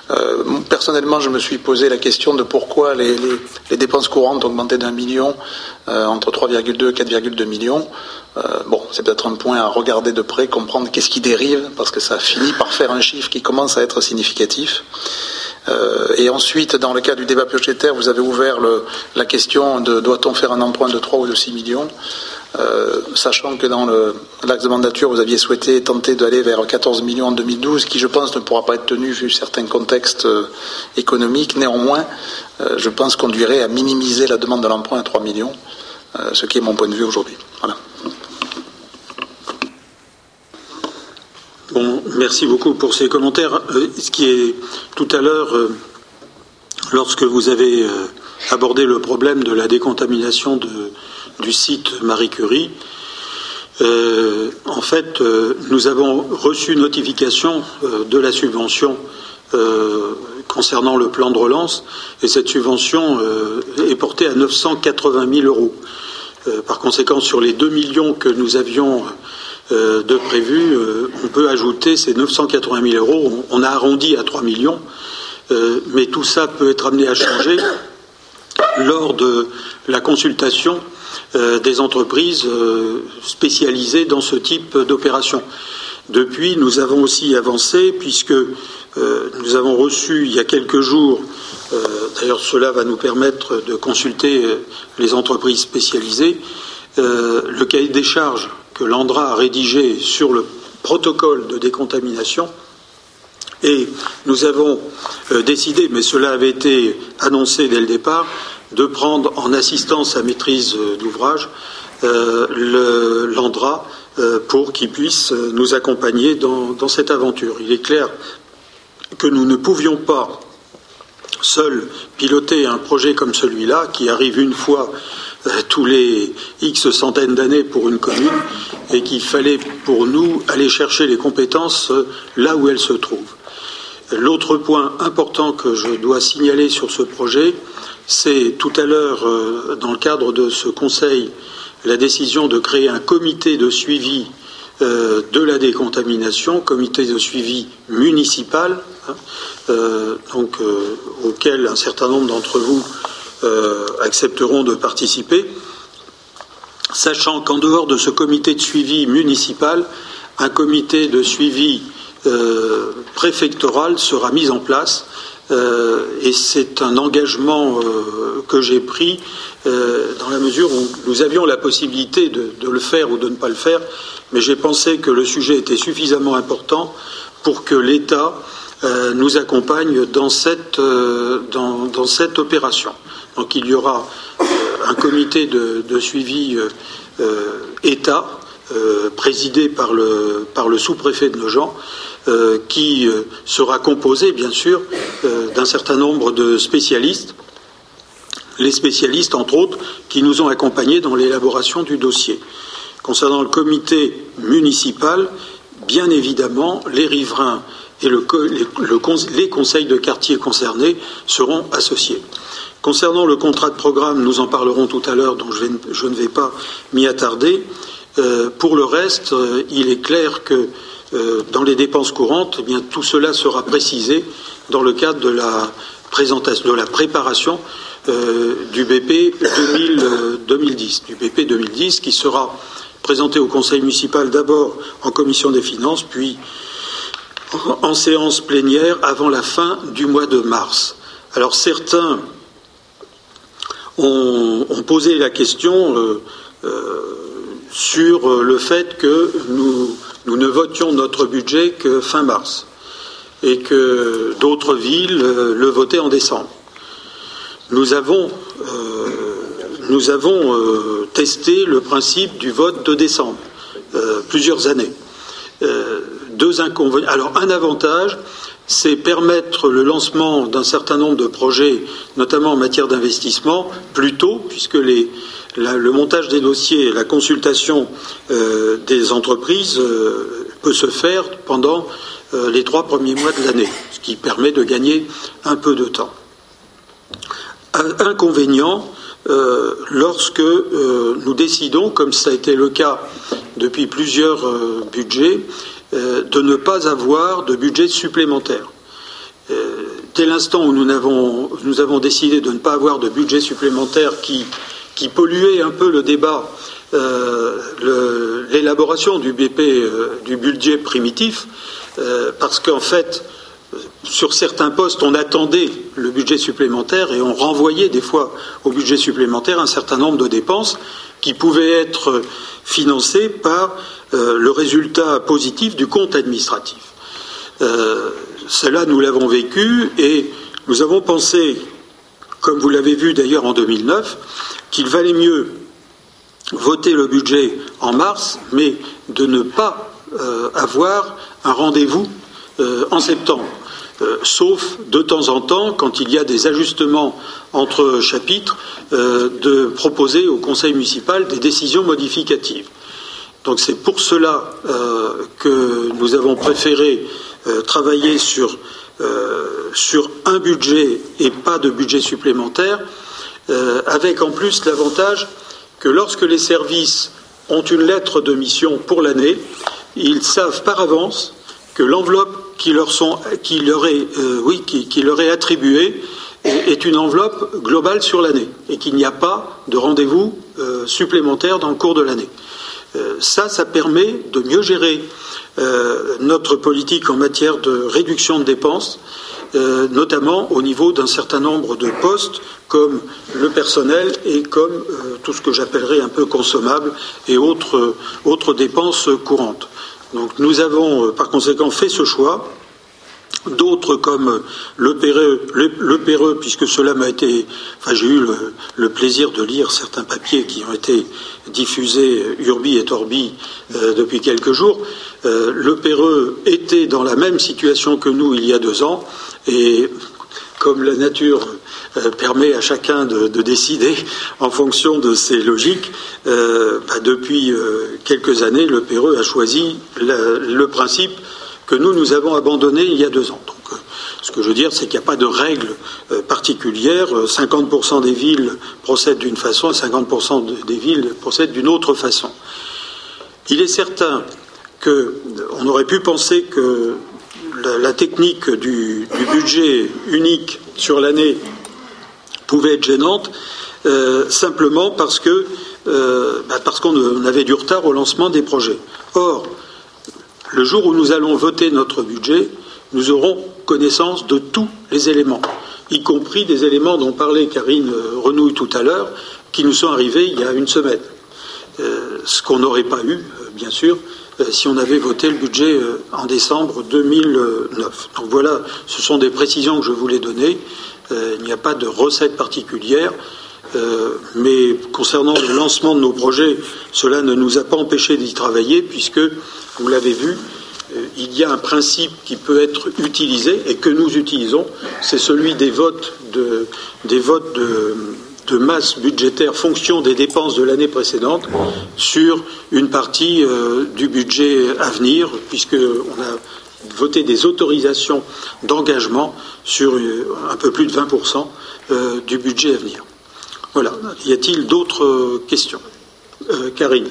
Euh, personnellement, je me suis posé la question de pourquoi les, les, les dépenses courantes ont augmenté d'un million euh, entre trois virgule deux et quatre virgule deux millions. Euh, bon, c'est peut-être un point à regarder de près, comprendre qu'est-ce qui dérive, parce que ça finit par faire un chiffre qui commence à être significatif. Euh, et ensuite, dans le cas du débat budgétaire, vous avez ouvert le, la question de doit-on faire un emprunt de trois ou de six millions, euh, sachant que dans le, l'axe de mandature, vous aviez souhaité tenter d'aller vers quatorze millions en deux mille douze, qui je pense ne pourra pas être tenu vu certains contextes euh, économiques. Néanmoins, euh, je pense conduirait à minimiser la demande de l'emprunt à trois millions, euh, ce qui est mon point de vue aujourd'hui. Voilà. Bon, merci beaucoup pour ces commentaires. Euh, ce qui est tout à l'heure, euh, lorsque vous avez euh, abordé le problème de la décontamination de, du site Marie Curie, euh, en fait, euh, nous avons reçu notification euh, de la subvention euh, concernant le plan de relance, et cette subvention euh, est portée à neuf cent quatre-vingt mille euros. Euh, par conséquent, sur les deux millions que nous avions Euh, de prévu, euh, on peut ajouter ces neuf cent quatre-vingt mille euros. On, on a arrondi à trois millions, euh, mais tout ça peut être amené à changer lors de la consultation euh, des entreprises euh, spécialisées dans ce type d'opération. Depuis, nous avons aussi avancé, puisque euh, nous avons reçu il y a quelques jours, euh, d'ailleurs cela va nous permettre de consulter euh, les entreprises spécialisées, euh, le cahier des charges que l'ANDRA a rédigé sur le protocole de décontamination, et nous avons euh, décidé, mais cela avait été annoncé dès le départ, de prendre en assistance à maîtrise euh, d'ouvrage euh, le, l'ANDRA euh, pour qu'il puisse euh, nous accompagner dans, dans cette aventure. Il est clair que nous ne pouvions pas seuls piloter un projet comme celui-là, qui arrive une fois tous les X centaines d'années pour une commune, et qu'il fallait pour nous aller chercher les compétences là où elles se trouvent. L'autre point important que je dois signaler sur ce projet, c'est tout à l'heure, dans le cadre de ce conseil, la décision de créer un comité de suivi de la décontamination, comité de suivi municipal, hein, euh, donc, euh, auquel un certain nombre d'entre vous Euh, accepteront de participer, sachant qu'en dehors de ce comité de suivi municipal, un comité de suivi euh, préfectoral sera mis en place, euh, et c'est un engagement euh, que j'ai pris euh, dans la mesure où nous avions la possibilité de, de le faire ou de ne pas le faire, mais j'ai pensé que le sujet était suffisamment important pour que l'État euh, nous accompagne dans cette, euh, dans, dans cette opération. Donc il y aura euh, un comité de, de suivi euh, euh, État, euh, présidé par le, par le sous-préfet de Nogent, euh, qui euh, sera composé, bien sûr, euh, d'un certain nombre de spécialistes, les spécialistes, entre autres, qui nous ont accompagnés dans l'élaboration du dossier. Concernant le comité municipal, bien évidemment, les riverains et le, les, le, les conseils de quartier concernés seront associés. Concernant le contrat de programme, nous en parlerons tout à l'heure, donc je, vais, je ne vais pas m'y attarder. Euh, pour le reste, euh, il est clair que euh, dans les dépenses courantes, eh bien, tout cela sera précisé dans le cadre de la présentation, de la préparation euh, du B P deux mille dix, du B P deux mille dix, qui sera présenté au Conseil municipal d'abord en commission des finances, puis en, en séance plénière avant la fin du mois de mars. Alors certains ont, ont posé la question euh, euh, sur le fait que nous, nous ne votions notre budget que fin mars et que d'autres villes euh, le votaient en décembre. Nous avons, euh, nous avons euh, testé le principe du vote de décembre euh, plusieurs années. Euh, deux inconvénients. Alors un avantage, c'est permettre le lancement d'un certain nombre de projets, notamment en matière d'investissement, plus tôt, puisque les, la, le montage des dossiers et la consultation euh, des entreprises euh, peut se faire pendant euh, les trois premiers mois de l'année, ce qui permet de gagner un peu de temps. Un inconvénient, euh, lorsque euh, nous décidons, comme ça a été le cas depuis plusieurs euh, budgets, de ne pas avoir de budget supplémentaire. Euh, dès l'instant où nous avons, nous avons décidé de ne pas avoir de budget supplémentaire qui, qui polluait un peu le débat, euh, le, l'élaboration du B P, euh, du budget primitif, euh, parce qu'en fait, sur certains postes, on attendait le budget supplémentaire et on renvoyait des fois au budget supplémentaire un certain nombre de dépenses qui pouvaient être financées par euh, le résultat positif du compte administratif. Euh, cela, nous l'avons vécu et nous avons pensé, comme vous l'avez vu d'ailleurs en deux mille neuf, qu'il valait mieux voter le budget en mars, mais de ne pas euh, avoir un rendez-vous euh, en septembre. Euh, sauf de temps en temps, quand il y a des ajustements entre chapitres, euh, de proposer au Conseil municipal des décisions modificatives. Donc c'est pour cela euh, que nous avons préféré euh, travailler sur, euh, sur un budget et pas de budget supplémentaire, euh, avec en plus l'avantage que lorsque les services ont une lettre de mission pour l'année, ils savent par avance que l'enveloppe qui leur, sont, qui leur, est, euh, oui, qui, qui leur est attribuée est, est une enveloppe globale sur l'année et qu'il n'y a pas de rendez-vous euh, supplémentaire dans le cours de l'année. Euh, ça, ça permet de mieux gérer euh, notre politique en matière de réduction de dépenses, euh, notamment au niveau d'un certain nombre de postes comme le personnel et comme euh, tout ce que j'appellerais un peu consommable et autres, euh, autres dépenses courantes. Donc nous avons par conséquent fait ce choix. D'autres comme le P R E, le, le P R E, puisque cela m'a été, enfin j'ai eu le, le plaisir de lire certains papiers qui ont été diffusés urbi et torbi euh, depuis quelques jours. Euh, le P R E était dans la même situation que nous il y a deux ans et comme la nature euh, permet à chacun de, de décider en fonction de ses logiques, euh, bah, depuis euh, quelques années, le P R E a choisi la, le principe que nous, nous avons abandonné il y a deux ans. Donc, euh, ce que je veux dire, c'est qu'il n'y a pas de règle euh, particulière. cinquante pour cent des villes procèdent d'une façon et cinquante pour cent des villes procèdent d'une autre façon. Il est certain qu'on aurait pu penser que la, la technique du, du budget unique sur l'année pouvait être gênante, euh, simplement parce que euh, bah parce qu'on avait du retard au lancement des projets. Or, le jour où nous allons voter notre budget, nous aurons connaissance de tous les éléments, y compris des éléments dont parlait Karine Renouille tout à l'heure, qui nous sont arrivés il y a une semaine. Euh, ce qu'on n'aurait pas eu, bien sûr, euh, si on avait voté le budget euh, en décembre deux mille neuf. Donc voilà, ce sont des précisions que je voulais donner. Euh, il n'y a pas de recette particulière. Euh, mais concernant le lancement de nos projets, cela ne nous a pas empêché d'y travailler puisque, vous l'avez vu, euh, il y a un principe qui peut être utilisé et que nous utilisons, c'est celui des votes de, des votes de, de masse budgétaire fonction des dépenses de l'année précédente sur une partie euh, du budget à venir, puisqu'on a voté des autorisations d'engagement sur euh, un peu plus de vingt pour cent euh, du budget à venir. Voilà. Y a-t-il d'autres questions ? euh, Karine.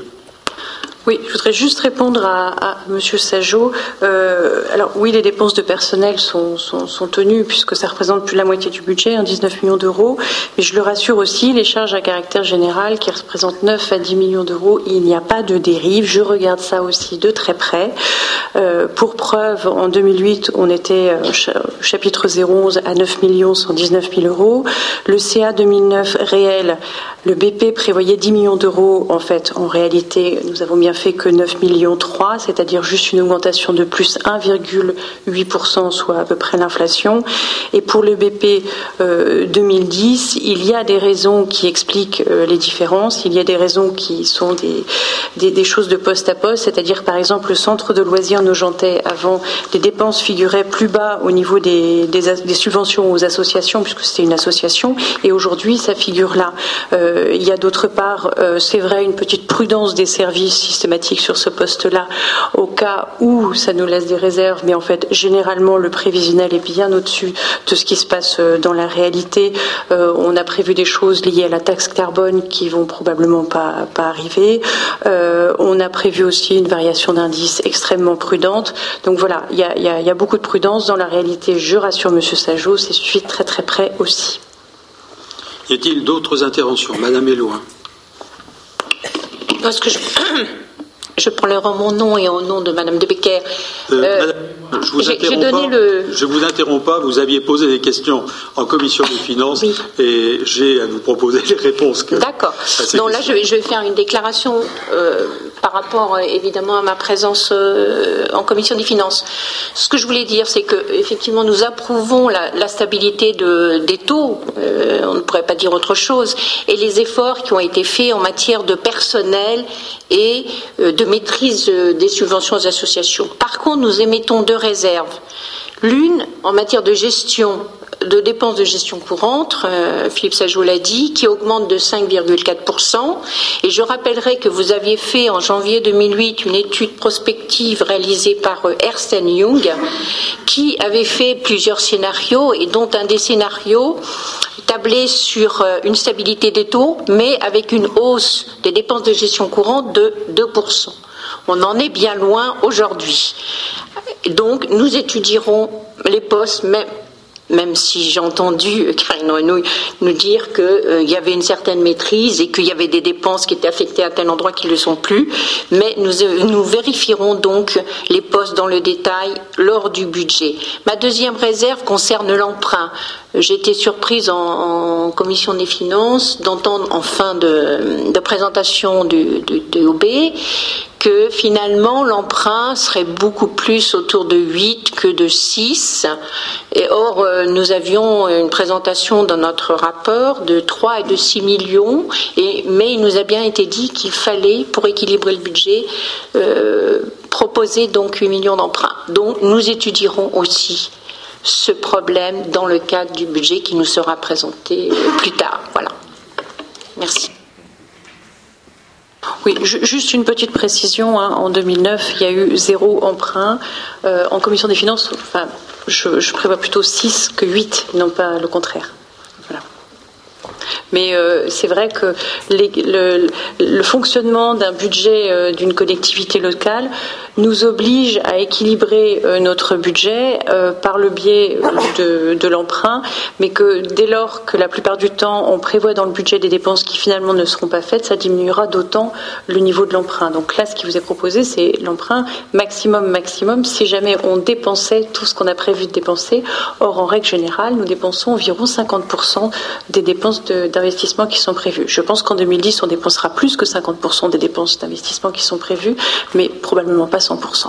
Oui, je voudrais juste répondre à, à Monsieur Sajot. Euh, alors oui, les dépenses de personnel sont, sont, sont tenues puisque ça représente plus de la moitié du budget, hein, dix-neuf millions d'euros. Mais je le rassure aussi, les charges à caractère général qui représentent neuf à dix millions d'euros, il n'y a pas de dérive. Je regarde ça aussi de très près. Euh, pour preuve, en deux mille huit, on était euh, chapitre zéro onze à neuf millions cent dix-neuf mille euros. Le C A deux mille neuf réel, le B P prévoyait dix millions d'euros. En fait, en réalité, nous avons bien fait que neuf millions trois, c'est-à-dire juste une augmentation de plus un virgule huit pour cent, soit à peu près l'inflation. Et pour le B P euh, deux mille dix, il y a des raisons qui expliquent euh, les différences. Il y a des raisons qui sont des, des, des choses de poste à poste, c'est-à-dire par exemple le centre de loisirs Nogentais, avant, les dépenses figuraient plus bas au niveau des, des, des subventions aux associations, puisque c'était une association, et aujourd'hui ça figure là. Euh, il y a d'autre part, euh, c'est vrai, une petite prudence des services systématique sur ce poste-là, au cas où ça nous laisse des réserves, mais en fait, généralement, le prévisionnel est bien au-dessus de ce qui se passe dans la réalité. Euh, on a prévu des choses liées à la taxe carbone qui vont probablement pas, pas arriver. Euh, on a prévu aussi une variation d'indice extrêmement prudente. Donc voilà, il y a, y a, y a beaucoup de prudence dans la réalité. Je rassure Monsieur Sajot, c'est suivi de très très près aussi. Y a-t-il d'autres interventions? Madame Elouin. Parce que je, je prends le mon nom et au nom de Madame de Becker. Euh, euh, Madame, je vous interromps pas. Le... Je vous interromps pas. Vous aviez posé des questions en commission des finances oui. et j'ai à vous proposer les réponses. Que... D'accord. Donc là, je vais, je vais faire une déclaration euh, par rapport euh, évidemment à ma présence euh, en commission des finances. Ce que je voulais dire, c'est que effectivement, nous approuvons la, la stabilité de, des taux. Euh, on ne pourrait pas dire autre chose. Et les efforts qui ont été faits en matière de personnel et euh, de maîtrise euh, des subventions aux associations. Par contre, nous émettons deux réserves. L'une en matière de gestion, de dépenses de gestion courante, euh, Philippe Sajot l'a dit, qui augmente de cinq virgule quatre pour cent. Et je rappellerai que vous aviez fait en janvier deux mille huit une étude prospective réalisée par euh, Ernst and Young, qui avait fait plusieurs scénarios et dont un des scénarios tablait sur euh, une stabilité des taux, mais avec une hausse des dépenses de gestion courante de deux pour cent. On en est bien loin aujourd'hui. Donc, nous étudierons les postes, même, même si j'ai entendu Karine Renouille nous dire qu'il euh, y avait une certaine maîtrise et qu'il y avait des dépenses qui étaient affectées à tel endroit qui ne le sont plus. Mais nous, euh, nous vérifierons donc les postes dans le détail lors du budget. Ma deuxième réserve concerne l'emprunt. J'ai été surprise en, en commission des finances d'entendre en fin de, de présentation du, du, du O B que finalement l'emprunt serait beaucoup plus autour de huit que de six. Et or, euh, nous avions une présentation dans notre rapport de trois et de six millions, et, mais il nous a bien été dit qu'il fallait, pour équilibrer le budget, euh, proposer donc huit millions d'emprunts. Donc nous étudierons aussi ce problème dans le cadre du budget qui nous sera présenté plus tard. Voilà. Merci. Oui, juste une petite précision. Hein. En deux mille neuf, il y a eu zéro emprunt. Euh, en commission des finances, enfin, je, je prévois plutôt six que huit, non pas le contraire. Voilà. Mais euh, c'est vrai que les, le, le fonctionnement d'un budget euh, d'une collectivité locale nous oblige à équilibrer euh, notre budget euh, par le biais de, de l'emprunt, mais que dès lors que la plupart du temps on prévoit dans le budget des dépenses qui finalement ne seront pas faites, ça diminuera d'autant le niveau de l'emprunt. Donc là, ce qui vous est proposé, c'est l'emprunt maximum maximum si jamais on dépensait tout ce qu'on a prévu de dépenser. Or, en règle générale, nous dépensons environ cinquante pour cent des dépenses de, d'investissement qui sont prévues. Je pense qu'en deux mille dix, on dépensera plus que cinquante pour cent des dépenses d'investissement qui sont prévues, mais probablement pas cent pour cent.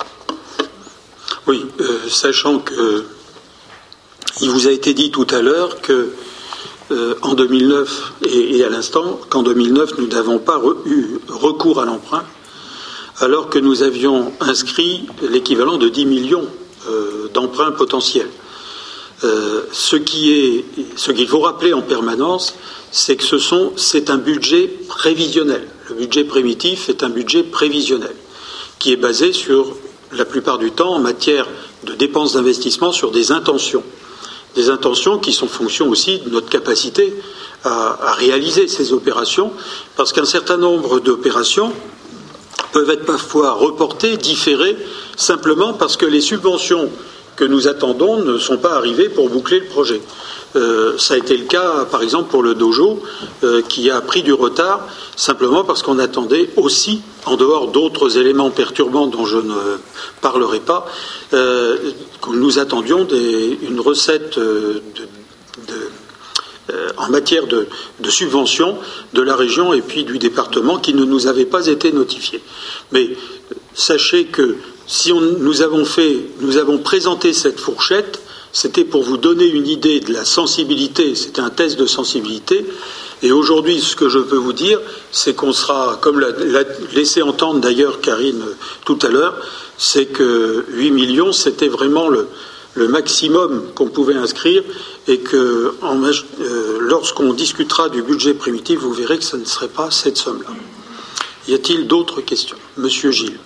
Oui, euh, sachant que il vous a été dit tout à l'heure que euh, en deux mille neuf et, et à l'instant qu'en deux mille neuf nous n'avons pas re, eu recours à l'emprunt, alors que nous avions inscrit l'équivalent de dix millions euh, d'emprunts potentiels. Euh, ce qui est, ce qu'il faut rappeler en permanence, c'est que ce sont, c'est un budget prévisionnel. Le budget primitif est un budget prévisionnel qui est basé sur, la plupart du temps, en matière de dépenses d'investissement, sur des intentions. Des intentions qui sont fonction aussi de notre capacité à, à réaliser ces opérations, parce qu'un certain nombre d'opérations peuvent être parfois reportées, différées, simplement parce que les subventions que nous attendons ne sont pas arrivées pour boucler le projet. Euh, ça a été le cas, par exemple, pour le dojo, euh, qui a pris du retard simplement parce qu'on attendait aussi, en dehors d'autres éléments perturbants dont je ne parlerai pas, euh, que nous attendions des, une recette euh, de, de, euh, en matière de, de subventions de la région et puis du département qui ne nous avait pas été notifiée. Mais sachez que si on, nous avons fait, nous avons présenté cette fourchette, c'était pour vous donner une idée de la sensibilité, c'était un test de sensibilité, et aujourd'hui, ce que je peux vous dire, c'est qu'on sera, comme l'a, l'a laissé entendre d'ailleurs Karine tout à l'heure, c'est que huit millions, c'était vraiment le, le maximum qu'on pouvait inscrire, et que en, euh, lorsqu'on discutera du budget primitif, vous verrez que ce ne serait pas cette somme-là. Y a-t-il d'autres questions? Monsieur Gilles.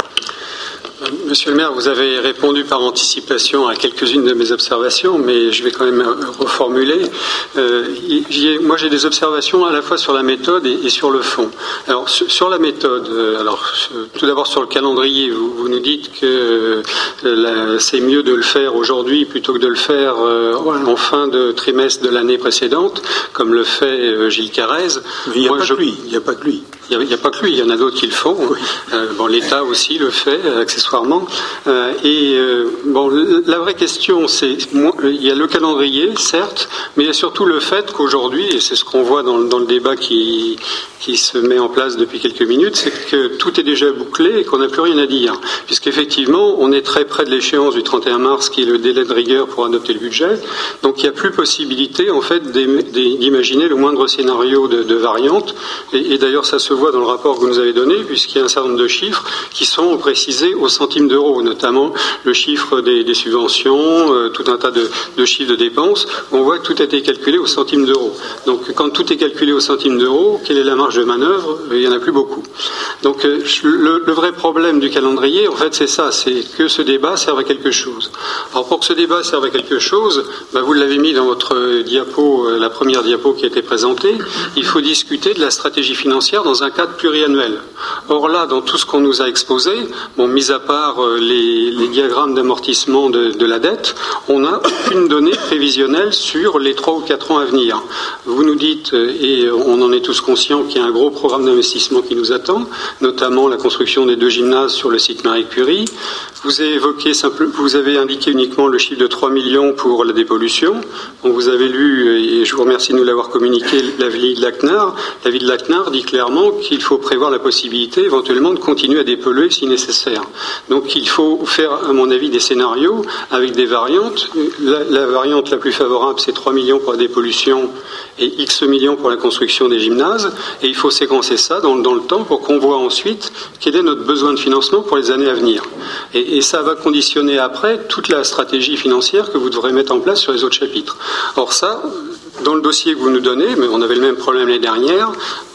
Monsieur le maire, vous avez répondu par anticipation à quelques-unes de mes observations, mais je vais quand même reformuler. Euh, j'ai, moi, j'ai des observations à la fois sur la méthode et, et sur le fond. Alors, sur la méthode, euh, alors, tout d'abord sur le calendrier, vous, vous nous dites que euh, c'est mieux de le faire aujourd'hui plutôt que de le faire euh, en fin de trimestre de l'année précédente, comme le fait euh, Gilles Carrez. Il n'y a, je... il n'y a pas que lui. Il n'y a, a pas que lui, il y en a d'autres qui le font. Oui. Euh, bon, l'État aussi le fait, accessoirement. Euh, et euh, bon, la vraie question, c'est, il y a le calendrier, certes, mais il y a surtout le fait qu'aujourd'hui, et c'est ce qu'on voit dans, dans le débat qui, qui se met en place depuis quelques minutes, c'est que tout est déjà bouclé et qu'on n'a plus rien à dire. Puisqu'effectivement, on est très près de l'échéance du trente et un mars, qui est le délai de rigueur pour adopter le budget. Donc il n'y a plus possibilité, en fait, d'imaginer le moindre scénario de, de variante. Et, et d'ailleurs, ça se voit dans le rapport que vous nous avez donné, puisqu'il y a un certain nombre de chiffres qui sont précisés au centime d'euro, notamment le chiffre des, des subventions, euh, tout un tas de, de chiffres de dépenses. On voit que tout a été calculé au centime d'euro. Donc quand tout est calculé au centime d'euro, quelle est la marge de manœuvre? Il n'y en a plus beaucoup. Donc euh, le, le vrai problème du calendrier, en fait, c'est ça, c'est que ce débat serve à quelque chose. Alors pour que ce débat serve à quelque chose, bah, vous l'avez mis dans votre diapo, euh, la première diapo qui a été présentée, il faut discuter de la stratégie financière dans un cadre pluriannuel. Or là, dans tout ce qu'on nous a exposé, bon, mis à part euh, les, les diagrammes d'amortissement de, de la dette, on n'a aucune donnée prévisionnelle sur les trois ou quatre ans à venir. Vous nous dites, et on en est tous conscients, qu'il y a un gros programme d'investissement qui nous attend, notamment la construction des deux gymnases sur le site Marie Curie. Vous avez évoqué simple, vous avez indiqué uniquement le chiffre de trois millions pour la dépollution. Donc vous avez lu, et je vous remercie de nous l'avoir communiqué, l'avis de l'A C N A R. L'avis de l'A C N A R dit clairement qu'il faut prévoir la possibilité éventuellement de continuer à dépolluer si nécessaire. Donc il faut faire, à mon avis, des scénarios avec des variantes. La, la variante la plus favorable, c'est trois millions pour la dépollution et X millions pour la construction des gymnases. Et il faut séquencer ça dans, dans le temps pour qu'on voit ensuite quel est notre besoin de financement pour les années à venir. Et, et ça va conditionner après toute la stratégie financière que vous devrez mettre en place sur les autres chapitres. Or ça, dans le dossier que vous nous donnez, mais on avait le même problème l'année dernière,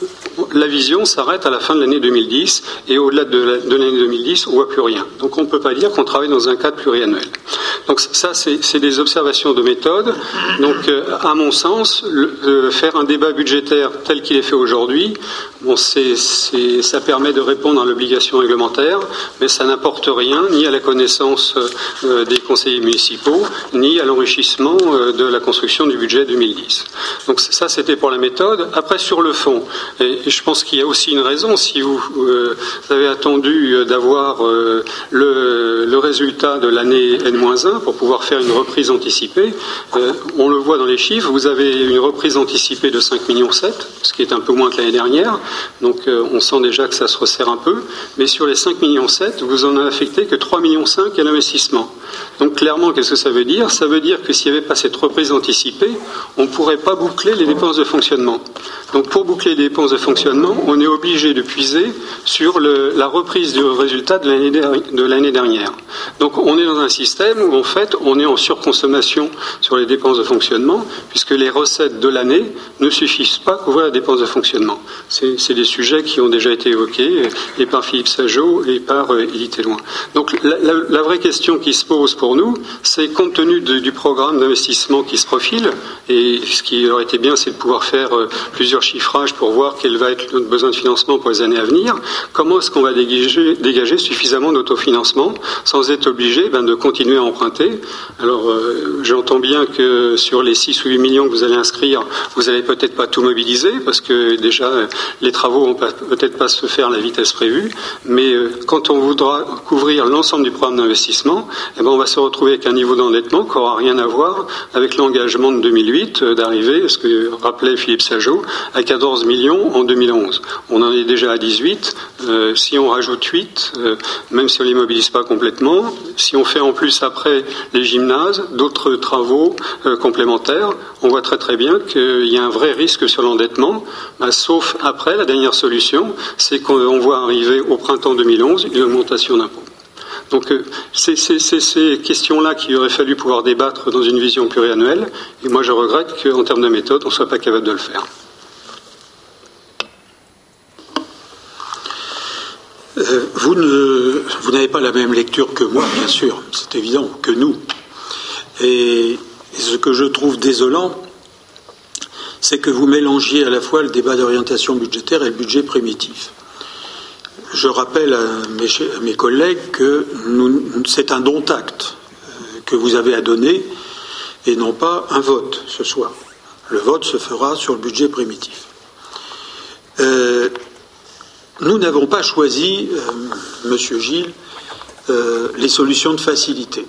la vision s'arrête à la fin de l'année deux mille dix et au-delà de l'année deux mille dix, on ne voit plus rien. Donc on ne peut pas dire qu'on travaille dans un cadre pluriannuel. Donc ça, c'est des observations de méthode. Donc euh, à mon sens, le, euh, faire un débat budgétaire tel qu'il est fait aujourd'hui, bon, c'est, c'est, ça permet de répondre à l'obligation réglementaire, mais ça n'apporte rien ni à la connaissance euh, des conseillers municipaux, ni à l'enrichissement euh, de la construction du budget deux mille dix. Donc ça, c'était pour la méthode. Après, sur le fond, et, et je pense qu'il y a aussi une raison, si vous, euh, vous avez attendu d'avoir euh, le, le résultat de l'année N moins un pour pouvoir faire une reprise anticipée, euh, on le voit dans les chiffres, vous avez une reprise anticipée de cinq virgule sept millions, ce qui est un peu moins que l'année dernière, donc euh, on sent déjà que ça se resserre un peu, mais sur les cinq virgule sept millions, vous en avez affecté que trois virgule cinq millions à l'investissement. Donc clairement, qu'est-ce que ça veut dire? Ça veut dire que s'il n'y avait pas cette reprise anticipée, on ne pourrait pas boucler les dépenses de fonctionnement. Donc pour boucler les dépenses de fonctionnement, on est obligé de puiser sur le, la reprise du résultat de l'année de l'année dernière. Donc on est dans un système où en fait on est en surconsommation sur les dépenses de fonctionnement, puisque les recettes de l'année ne suffisent pas à couvrir la dépense de fonctionnement. C'est des sujets qui ont déjà été évoqués, et par Philippe Sageot et par euh, Édith Téloin. Donc la, la, la vraie question qui se pose pour nous, c'est compte tenu de, du programme d'investissement qui se profile, et ce qui aurait été bien, c'est de pouvoir faire euh, plusieurs chiffrages pour voir quel va être notre besoin de financement pour les années à venir, comment est-ce qu'on va dégager, dégager suffisamment d'autofinancement sans être obligé ben, de continuer à emprunter. Alors euh, j'entends bien que sur les six ou huit millions que vous allez inscrire, vous n'allez peut-être pas tout mobiliser, parce que déjà les travaux vont peut-être pas se faire à la vitesse prévue, mais euh, quand on voudra couvrir l'ensemble du programme d'investissement, eh ben, on va se retrouver avec un niveau d'endettement qui n'aura rien à voir avec l'engagement de deux mille huit euh, d'arriver, ce que rappelait Philippe Sageot, à quatorze millions en deux mille onze. On en est déjà à dix-huit. Euh, si on rajoute huit, euh, même si on ne les mobilise pas complètement, si on fait en plus après les gymnases, d'autres travaux euh, complémentaires, on voit très très bien qu'il y a un vrai risque sur l'endettement, bah, sauf après, la dernière solution, c'est qu'on voit arriver au printemps deux mille onze une augmentation d'impôts. Donc euh, c'est ces questions-là qu'il aurait fallu pouvoir débattre dans une vision pluriannuelle, et moi je regrette qu'en termes de méthode, on ne soit pas capable de le faire. vous ne, vous n'avez pas la même lecture que moi, bien sûr, c'est évident, que nous. Et, et ce que je trouve désolant, c'est que vous mélangiez à la fois le débat d'orientation budgétaire et le budget primitif. Je rappelle à mes, à mes collègues que nous, c'est un don-acte que vous avez à donner et non pas un vote ce soir. Le vote se fera sur le budget primitif. Euh, nous n'avons pas choisi, euh, Monsieur Gilles, euh, les solutions de facilité.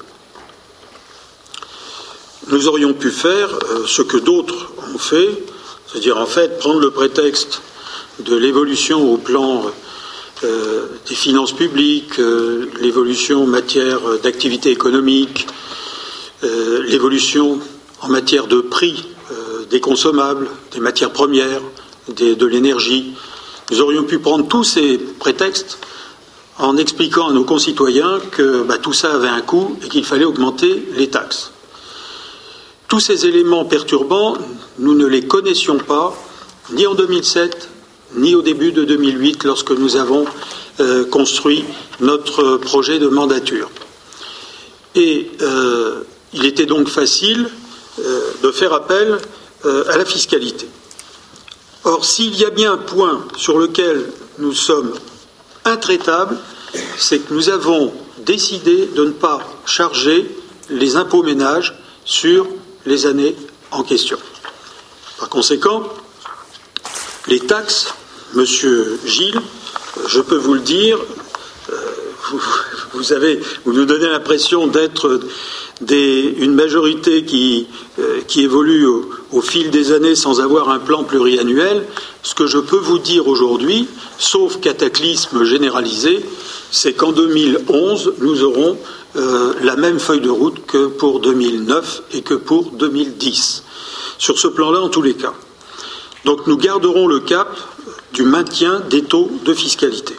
Nous aurions pu faire euh, ce que d'autres ont fait, c'est-à-dire en fait prendre le prétexte de l'évolution au plan euh, des finances publiques, euh, l'évolution en matière d'activité économique, euh, l'évolution en matière de prix euh, des consommables, des matières premières, des, de l'énergie. Nous aurions pu prendre tous ces prétextes en expliquant à nos concitoyens que bah, tout ça avait un coût et qu'il fallait augmenter les taxes. Tous ces éléments perturbants, nous ne les connaissions pas, ni en deux mille sept, ni au début de deux mille huit, lorsque nous avons euh, construit notre projet de mandature. Et euh, il était donc facile euh, de faire appel euh, à la fiscalité. Or, s'il y a bien un point sur lequel nous sommes intraitables, c'est que nous avons décidé de ne pas charger les impôts ménages sur les années en question. Par conséquent, les taxes, Monsieur Gilles, je peux vous le dire, euh, vous, vous, avez, vous nous donnez l'impression d'être des, une majorité qui, euh, qui évolue au, au fil des années sans avoir un plan pluriannuel. Ce que je peux vous dire aujourd'hui, sauf cataclysme généralisé, c'est qu'en deux mille onze, nous aurons Euh, la même feuille de route que pour deux mille neuf et que pour deux mille dix. Sur ce plan-là, en tous les cas. Donc nous garderons le cap du maintien des taux de fiscalité.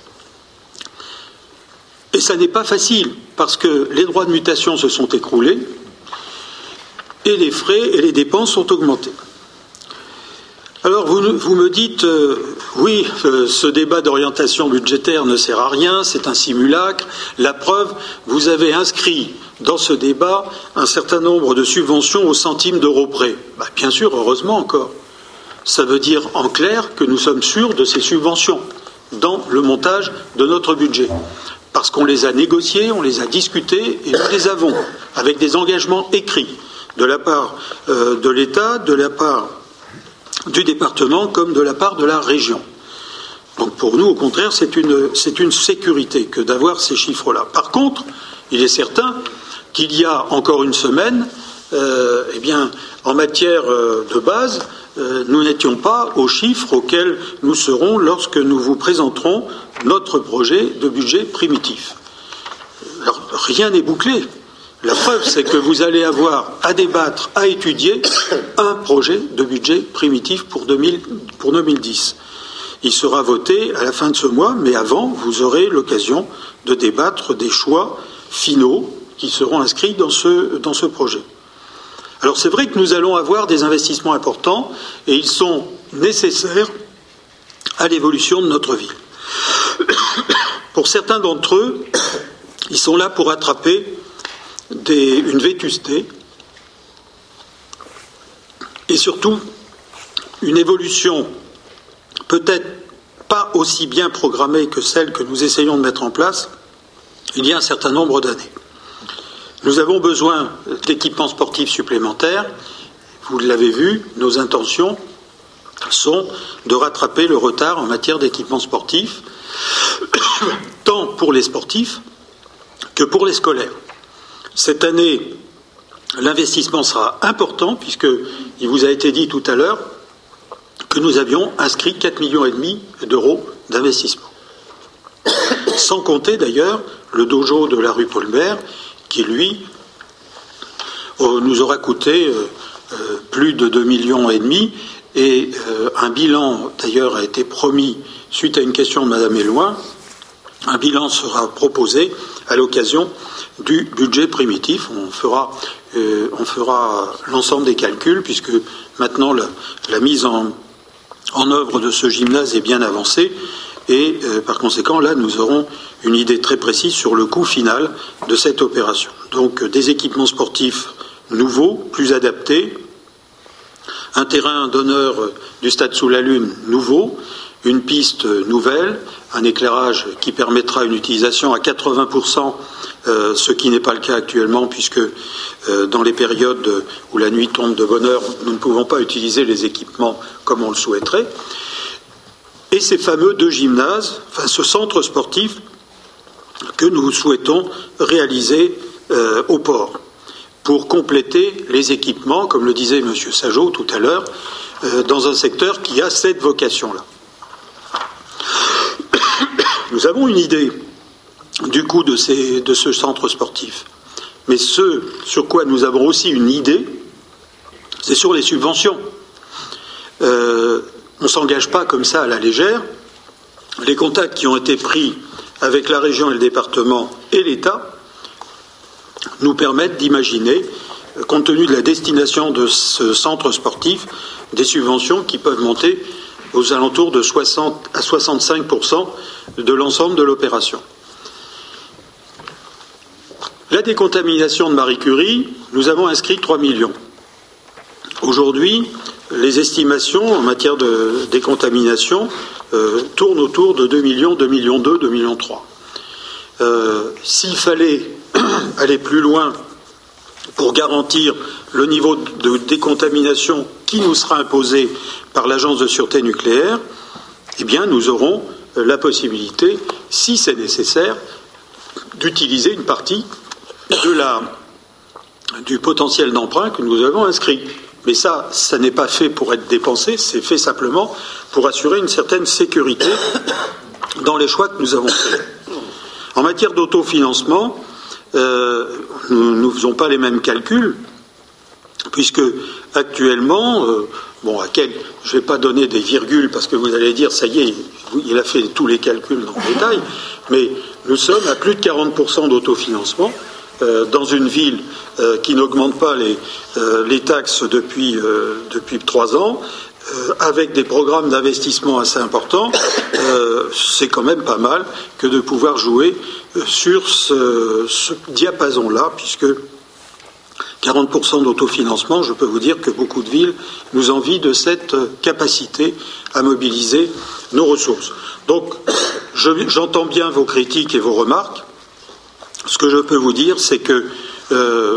Et ça n'est pas facile, parce que les droits de mutation se sont écroulés et les frais et les dépenses sont augmentés. Alors vous, vous me dites, euh, oui, euh, ce débat d'orientation budgétaire ne sert à rien, c'est un simulacre. La preuve, vous avez inscrit dans ce débat un certain nombre de subventions au centime d'euro près. Bah, bien sûr, heureusement encore. Ça veut dire en clair que nous sommes sûrs de ces subventions dans le montage de notre budget. Parce qu'on les a négociées, on les a discutées et nous les avons, avec des engagements écrits de la part euh, de l'État, de la part du département comme de la part de la région. Donc pour nous, au contraire, c'est une, c'est une sécurité que d'avoir ces chiffres-là. Par contre, il est certain qu'il y a encore une semaine, euh, eh bien, en matière euh, de base, euh, nous n'étions pas aux chiffres auxquels nous serons lorsque nous vous présenterons notre projet de budget primitif. Alors, rien n'est bouclé. La preuve, c'est que vous allez avoir à débattre, à étudier un projet de budget primitif pour, deux mille, pour deux mille dix. Il sera voté à la fin de ce mois, mais avant, vous aurez l'occasion de débattre des choix finaux qui seront inscrits dans ce, dans ce projet. Alors c'est vrai que nous allons avoir des investissements importants et ils sont nécessaires à l'évolution de notre ville. Pour certains d'entre eux, ils sont là pour attraper Des, une vétusté et surtout une évolution peut-être pas aussi bien programmée que celle que nous essayons de mettre en place il y a un certain nombre d'années. Nous avons besoin d'équipements sportifs supplémentaires. Vous l'avez vu, nos intentions sont de rattraper le retard en matière d'équipements sportifs, tant pour les sportifs que pour les scolaires. Cette année, l'investissement sera important puisqu'il vous a été dit tout à l'heure que nous avions inscrit quatre virgule cinq millions d'euros d'investissement. Sans compter d'ailleurs le dojo de la rue Paul-Bert qui, lui, nous aura coûté plus de deux virgule cinq millions et un bilan d'ailleurs a été promis suite à une question de Madame Éloin. Un bilan sera proposé à l'occasion du budget primitif. On fera, euh, on fera l'ensemble des calculs puisque maintenant la, la mise en, en œuvre de ce gymnase est bien avancée Et euh, par conséquent, là, nous aurons une idée très précise sur le coût final de cette opération. Donc, euh, des équipements sportifs nouveaux, plus adaptés, un terrain d'honneur euh, du Stade sous la Lune nouveau, une piste euh, nouvelle, un éclairage qui permettra une utilisation à quatre-vingts pour cent, euh, ce qui n'est pas le cas actuellement, puisque euh, dans les périodes où la nuit tombe de bonne heure, nous ne pouvons pas utiliser les équipements comme on le souhaiterait. Et ces fameux deux gymnases, enfin ce centre sportif que nous souhaitons réaliser euh, au port, pour compléter les équipements, comme le disait M. Sajot tout à l'heure, euh, dans un secteur qui a cette vocation-là. Nous avons une idée du coût de, ces, de ce centre sportif. Mais ce sur quoi nous avons aussi une idée, c'est sur les subventions. Euh, on ne s'engage pas comme ça à la légère. Les contacts qui ont été pris avec la région et le département et l'État nous permettent d'imaginer, compte tenu de la destination de ce centre sportif, des subventions qui peuvent monter aux alentours de soixante à soixante-cinq pour cent de l'ensemble de l'opération. La décontamination de Marie Curie, nous avons inscrit trois millions. Aujourd'hui, les estimations en matière de décontamination euh, tournent autour de deux millions, deux millions deux, deux millions trois. Euh, s'il fallait aller plus loin pour garantir le niveau de décontamination qui nous sera imposé par l'Agence de sûreté nucléaire, eh bien, nous aurons la possibilité, si c'est nécessaire, d'utiliser une partie de la, du potentiel d'emprunt que nous avons inscrit. Mais ça, ça n'est pas fait pour être dépensé, c'est fait simplement pour assurer une certaine sécurité dans les choix que nous avons faits. En matière d'autofinancement, euh, nous ne faisons pas les mêmes calculs, puisque actuellement, euh, bon, à quel, je ne vais pas donner des virgules parce que vous allez dire, ça y est, il a fait tous les calculs dans le détail, mais nous sommes à plus de quarante pour cent d'autofinancement euh, dans une ville euh, qui n'augmente pas les, euh, les taxes depuis, euh, depuis trois ans, euh, avec des programmes d'investissement assez importants. Euh, c'est quand même pas mal que de pouvoir jouer euh, sur ce, ce diapason-là, puisque quarante pour cent d'autofinancement, je peux vous dire que beaucoup de villes nous envient de cette capacité à mobiliser nos ressources. Donc, je, j'entends bien vos critiques et vos remarques. Ce que je peux vous dire, c'est que euh,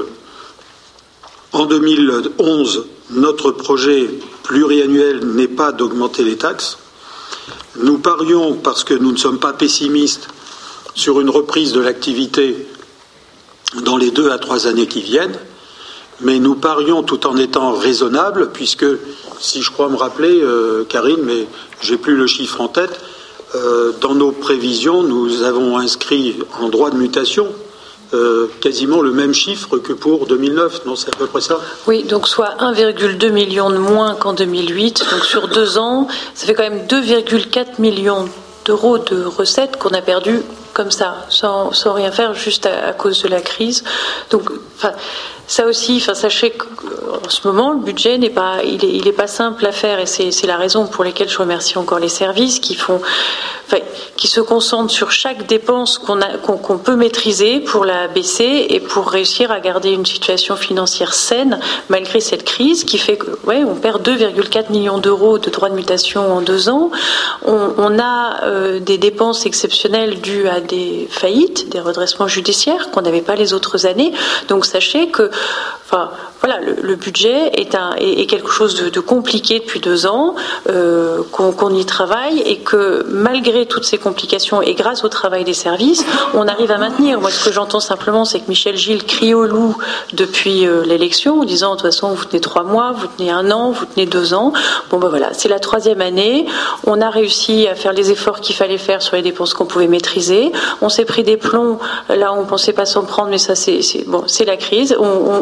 en deux mille onze, notre projet pluriannuel n'est pas d'augmenter les taxes. Nous parions, parce que nous ne sommes pas pessimistes, sur une reprise de l'activité dans les deux à trois années qui viennent. Mais nous parions tout en étant raisonnables, puisque, si je crois me rappeler, euh, Karine, mais j'ai plus le chiffre en tête, euh, dans nos prévisions, nous avons inscrit en droit de mutation euh, quasiment le même chiffre que pour deux mille neuf, non, c'est à peu près ça ? Oui, donc soit un virgule deux million de moins qu'en deux mille huit, donc sur deux ans, ça fait quand même deux virgule quatre millions d'euros de recettes qu'on a perdu comme ça, sans, sans rien faire, juste à, à cause de la crise. Donc, enfin, ça aussi, enfin, sachez qu'en ce moment, le budget n'est pas, il est, il est pas simple à faire, et c'est, c'est la raison pour laquelle je remercie encore les services qui font, enfin, qui se concentrent sur chaque dépense qu'on a, qu'on, qu'on peut maîtriser pour la baisser et pour réussir à garder une situation financière saine malgré cette crise qui fait que, ouais, on perd deux virgule quatre millions d'euros de droits de mutation en deux ans. On, on a euh, des dépenses exceptionnelles dues à des faillites, des redressements judiciaires qu'on n'avait pas les autres années. Donc sachez que, enfin, voilà, le, le budget est, un, est, est quelque chose de, de compliqué depuis deux ans, euh, qu'on, qu'on y travaille, et que malgré toutes ces complications et grâce au travail des services, on arrive à maintenir. Moi, ce que j'entends simplement, c'est que Michel Gilles crie au loup depuis euh, l'élection, en disant de toute façon, vous tenez trois mois, vous tenez un an, vous tenez deux ans. Bon, ben voilà, c'est la troisième année. On a réussi à faire les efforts qu'il fallait faire sur les dépenses qu'on pouvait maîtriser. On s'est pris des plombs là où on pensait pas s'en prendre, mais ça, c'est, c'est bon, c'est la crise. On, on, on fait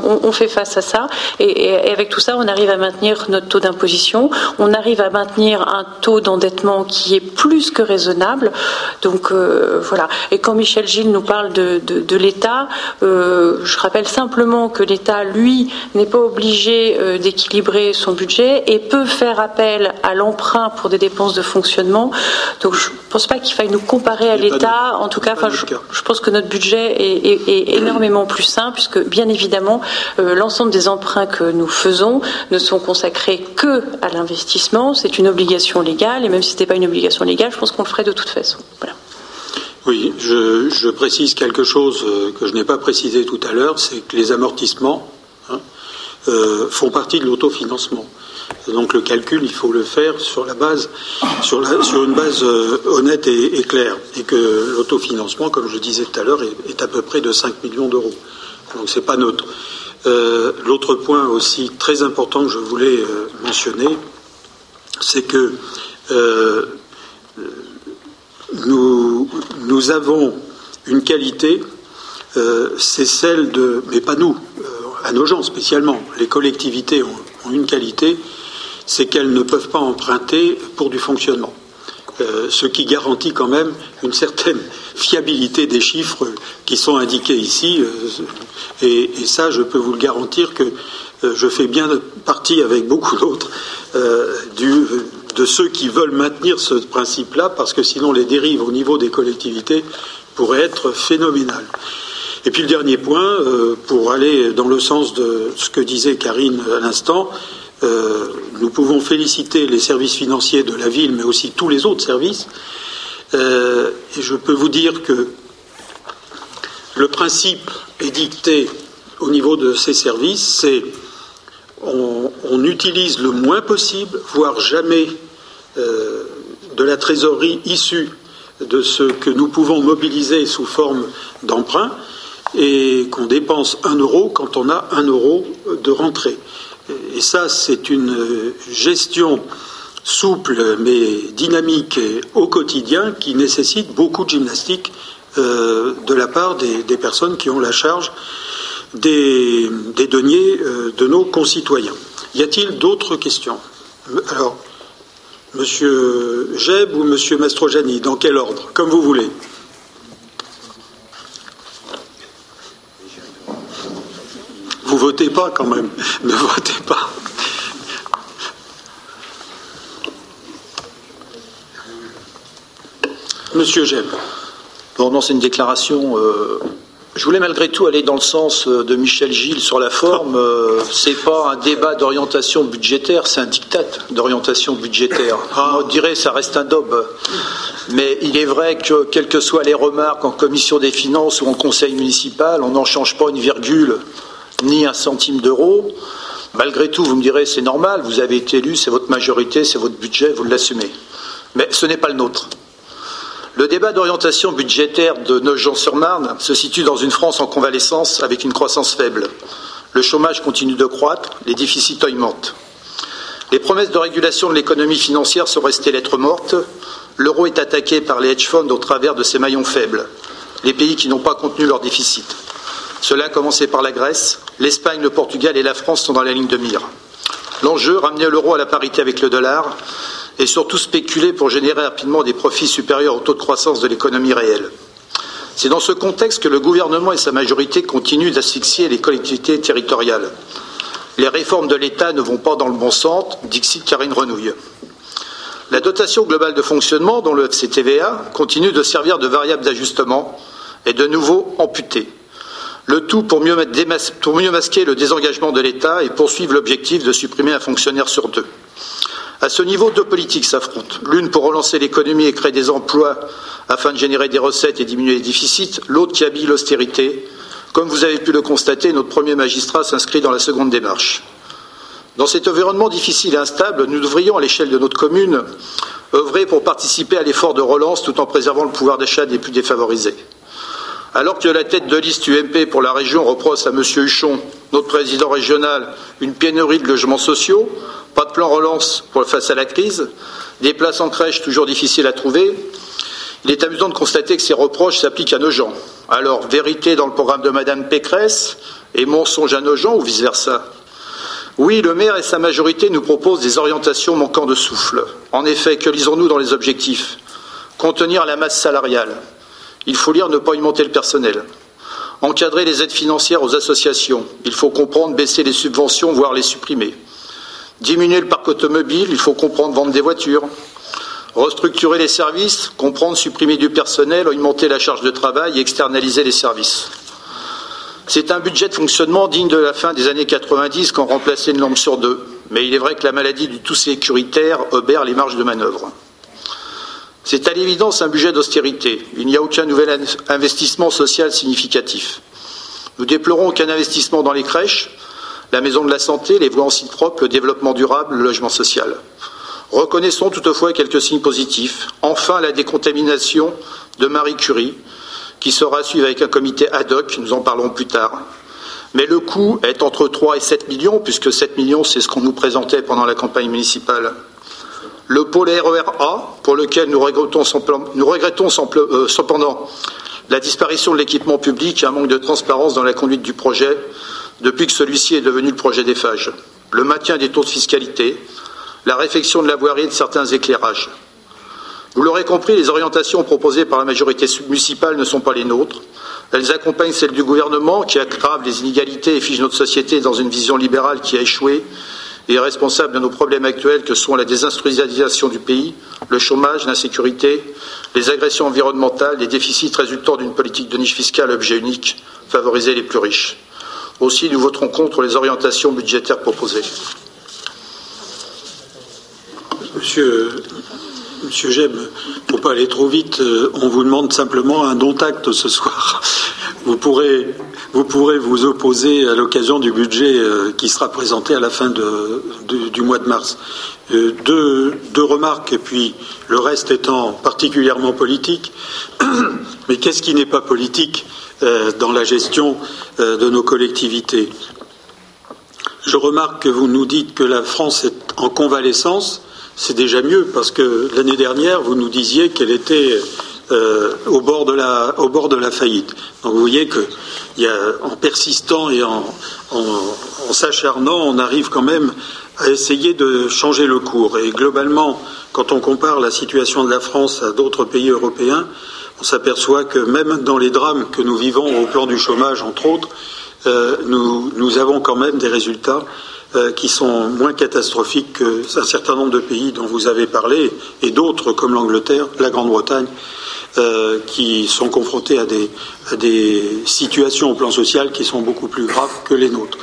fait face à ça, et, et, et avec tout ça, on arrive à maintenir notre taux d'imposition, on arrive à maintenir un taux d'endettement qui est plus que raisonnable. Donc euh, voilà. Et quand Michel Gilles nous parle de, de, de l'État, euh, je rappelle simplement que l'État, lui, n'est pas obligé euh, d'équilibrer son budget et peut faire appel à l'emprunt pour des dépenses de fonctionnement. Donc je ne pense pas qu'il faille nous comparer à l'État. En tout cas, enfin, je, je pense que notre budget est, est, est énormément plus sain, puisque bien évidemment, euh, l'ensemble des emprunts que nous faisons ne sont consacrés que à l'investissement. C'est une obligation légale, et même si ce n'était pas une obligation légale, je pense qu'on le ferait de toute façon. Voilà. Oui, je, je précise quelque chose que je n'ai pas précisé tout à l'heure, c'est que les amortissements hein, euh, font partie de l'autofinancement. Donc le calcul, il faut le faire sur la base, sur, la, sur une base euh, honnête et, et claire, et que l'autofinancement, comme je disais tout à l'heure, est, est à peu près de cinq millions d'euros. Donc c'est pas neutre. Euh, l'autre point aussi très important que je voulais euh, mentionner, c'est que euh, nous, nous avons une qualité, euh, c'est celle de, mais pas nous, euh, à nos gens spécialement, les collectivités ont, ont une qualité, c'est qu'elles ne peuvent pas emprunter pour du fonctionnement. Euh, ce qui garantit quand même une certaine fiabilité des chiffres qui sont indiqués ici. Euh, et, et ça, je peux vous le garantir que euh, je fais bien partie avec beaucoup d'autres euh, du, de ceux qui veulent maintenir ce principe-là, parce que sinon les dérives au niveau des collectivités pourraient être phénoménales. Et puis le dernier point, euh, pour aller dans le sens de ce que disait Karine à l'instant, Euh, nous pouvons féliciter les services financiers de la ville, mais aussi tous les autres services. Euh, et je peux vous dire que le principe est dicté au niveau de ces services, c'est on, on utilise le moins possible, voire jamais, euh, de la trésorerie issue de ce que nous pouvons mobiliser sous forme d'emprunt, et qu'on dépense un euro quand on a un euro de rentrée. Et ça, c'est une gestion souple mais dynamique au quotidien qui nécessite beaucoup de gymnastique euh, de la part des, des personnes qui ont la charge des, des deniers euh, de nos concitoyens. Y a-t-il d'autres questions? Alors, Monsieur Jeb ou Monsieur Mastrogianni, dans quel ordre? Comme vous voulez. Vous votez pas quand même, ne votez pas. Monsieur Jeb. Bon, non, c'est une déclaration. Euh, je voulais malgré tout aller dans le sens de Michel Gilles sur la forme. Euh, c'est pas un débat d'orientation budgétaire, c'est un diktat d'orientation budgétaire. Ah. On dirait ça reste un daube. Mais il est vrai que, quelles que soient les remarques en commission des finances ou en conseil municipal, on n'en change pas une virgule ni un centime d'euro. Malgré tout, vous me direz, c'est normal, vous avez été élu, c'est votre majorité, c'est votre budget, vous l'assumez. Mais ce n'est pas le nôtre. Le débat d'orientation budgétaire de Nogent-sur-Marne se situe dans une France en convalescence avec une croissance faible. Le chômage continue de croître, les déficits augmentent. Les promesses de régulation de l'économie financière sont restées lettres mortes. L'euro est attaqué par les hedge funds au travers de ses maillons faibles, les pays qui n'ont pas contenu leur déficit. Cela a commencé par la Grèce, l'Espagne, le Portugal et la France sont dans la ligne de mire. L'enjeu, ramener l'euro à la parité avec le dollar et surtout spéculer pour générer rapidement des profits supérieurs au taux de croissance de l'économie réelle. C'est dans ce contexte que le gouvernement et sa majorité continuent d'asphyxier les collectivités territoriales. Les réformes de l'État ne vont pas dans le bon sens, dixit Karine Renouille. La dotation globale de fonctionnement, dont le F C T V A, continue de servir de variable d'ajustement et de nouveau amputée. Le tout pour mieux, mettre, pour mieux masquer le désengagement de l'État et poursuivre l'objectif de supprimer un fonctionnaire sur deux. À ce niveau, deux politiques s'affrontent. L'une pour relancer l'économie et créer des emplois afin de générer des recettes et diminuer les déficits, l'autre qui habille l'austérité. Comme vous avez pu le constater, notre premier magistrat s'inscrit dans la seconde démarche. Dans cet environnement difficile et instable, nous devrions, à l'échelle de notre commune, œuvrer pour participer à l'effort de relance tout en préservant le pouvoir d'achat des plus défavorisés. Alors que la tête de liste U M P pour la région reproche à M. Huchon, notre président régional, une pénurie de logements sociaux, pas de plan relance pour face à la crise, des places en crèche toujours difficiles à trouver, Il est amusant de constater que ces reproches s'appliquent à Nogent. Alors, vérité dans le programme de Madame Pécresse et mensonge à Nogent ou vice-versa? Oui, le maire et sa majorité nous proposent des orientations manquant de souffle. En effet, que lisons-nous dans les objectifs? Contenir la masse salariale. Il faut lire ne pas augmenter le personnel. Encadrer les aides financières aux associations. Il faut comprendre baisser les subventions, voire les supprimer. Diminuer le parc automobile. Il faut comprendre vendre des voitures. Restructurer les services, comprendre supprimer du personnel, augmenter la charge de travail et externaliser les services. C'est un budget de fonctionnement digne de la fin des années quatre-vingt-dix quand on remplaçait une lampe sur deux. Mais il est vrai que la maladie du tout sécuritaire obère les marges de manœuvre. C'est à l'évidence un budget d'austérité. Il n'y a aucun nouvel investissement social significatif. Nous déplorons aucun investissement dans les crèches, la maison de la santé, les voies en site propre, le développement durable, le logement social. Reconnaissons toutefois quelques signes positifs. Enfin, la décontamination de Marie Curie, qui sera suivie avec un comité ad hoc, nous en parlerons plus tard. Mais le coût est entre trois et sept millions, puisque sept millions, c'est ce qu'on nous présentait pendant la campagne municipale. Le pôle R E R A, pour lequel nous regrettons, nous regrettons cependant la disparition de l'équipement public et un manque de transparence dans la conduite du projet, depuis que celui-ci est devenu le projet d'Eiffage. Le maintien des taux de fiscalité, la réfection de la voirie et de certains éclairages. Vous l'aurez compris, les orientations proposées par la majorité municipale ne sont pas les nôtres. Elles accompagnent celles du gouvernement qui aggrave les inégalités et fige notre société dans une vision libérale qui a échoué et est responsable de nos problèmes actuels que sont la désindustrialisation du pays, le chômage, l'insécurité, les agressions environnementales, les déficits résultant d'une politique de niche fiscale à objet unique, favoriser les plus riches. Aussi, nous voterons contre les orientations budgétaires proposées. Monsieur, Monsieur Gemme, il ne faut pas aller trop vite. On vous demande simplement un don-acte ce soir. Vous pourrez, vous pourrez vous opposer à l'occasion du budget qui sera présenté à la fin de, de, du mois de mars. Deux, deux remarques, et puis le reste étant particulièrement politique. Mais qu'est-ce qui n'est pas politique dans la gestion de nos collectivités? Je remarque que vous nous dites que la France est en convalescence. C'est déjà mieux, parce que l'année dernière, vous nous disiez qu'elle était euh, au bord de la, au bord de la faillite. Donc vous voyez que il y a, en persistant et en, en, en s'acharnant, on arrive quand même à essayer de changer le cours. Et globalement, quand on compare la situation de la France à d'autres pays européens, on s'aperçoit que même dans les drames que nous vivons au plan du chômage, entre autres, euh, nous, nous avons quand même des résultats qui sont moins catastrophiques qu'un certain nombre de pays dont vous avez parlé, et d'autres comme l'Angleterre, la Grande-Bretagne, euh, qui sont confrontés à des, à des situations au plan social qui sont beaucoup plus graves que les nôtres.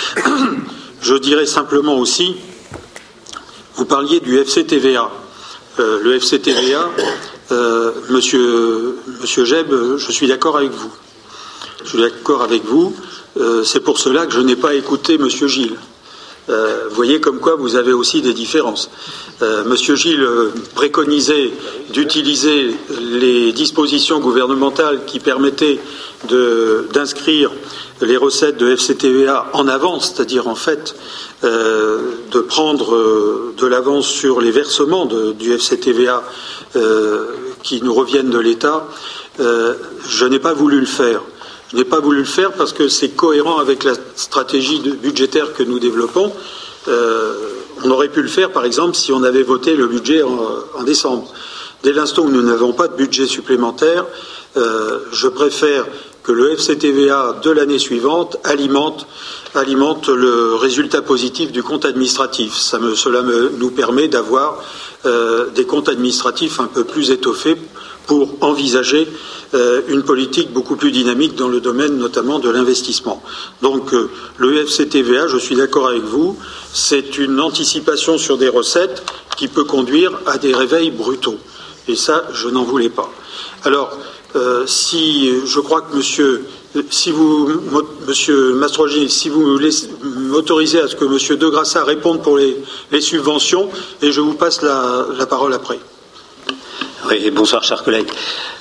Je dirais simplement aussi, vous parliez du F C T V A. Euh, le F C T V A, euh, monsieur, monsieur Jeb, je suis d'accord avec vous. Je suis d'accord avec vous. Euh, c'est pour cela que je n'ai pas écouté monsieur Gilles. Euh, vous voyez comme quoi vous avez aussi des différences. Euh, Monsieur Gilles euh, préconisait d'utiliser les dispositions gouvernementales qui permettaient de, d'inscrire les recettes de F C T V A en avance, c'est-à-dire en fait euh, de prendre euh, de l'avance sur les versements de, du F C T V A euh, qui nous reviennent de l'État. Euh, je n'ai pas voulu le faire. Je n'ai pas voulu le faire parce que c'est cohérent avec la stratégie budgétaire que nous développons. Euh, on aurait pu le faire, par exemple, si on avait voté le budget en, en décembre. Dès l'instant où nous n'avons pas de budget supplémentaire, euh, je préfère que le F C T V A de l'année suivante alimente, alimente le résultat positif du compte administratif. Ça me, cela me, nous permet d'avoir euh, des comptes administratifs un peu plus étoffés pour envisager euh, une politique beaucoup plus dynamique dans le domaine notamment de l'investissement. Donc euh, le F C T V A, je suis d'accord avec vous, c'est une anticipation sur des recettes qui peut conduire à des réveils brutaux. Et ça, je n'en voulais pas. Alors, euh, si je crois que monsieur, si vous, monsieur Mastrolgi, si vous m'autorisez à ce que monsieur De Grassa réponde pour les, les subventions, et je vous passe la, la parole après. Oui, bonsoir chers collègues.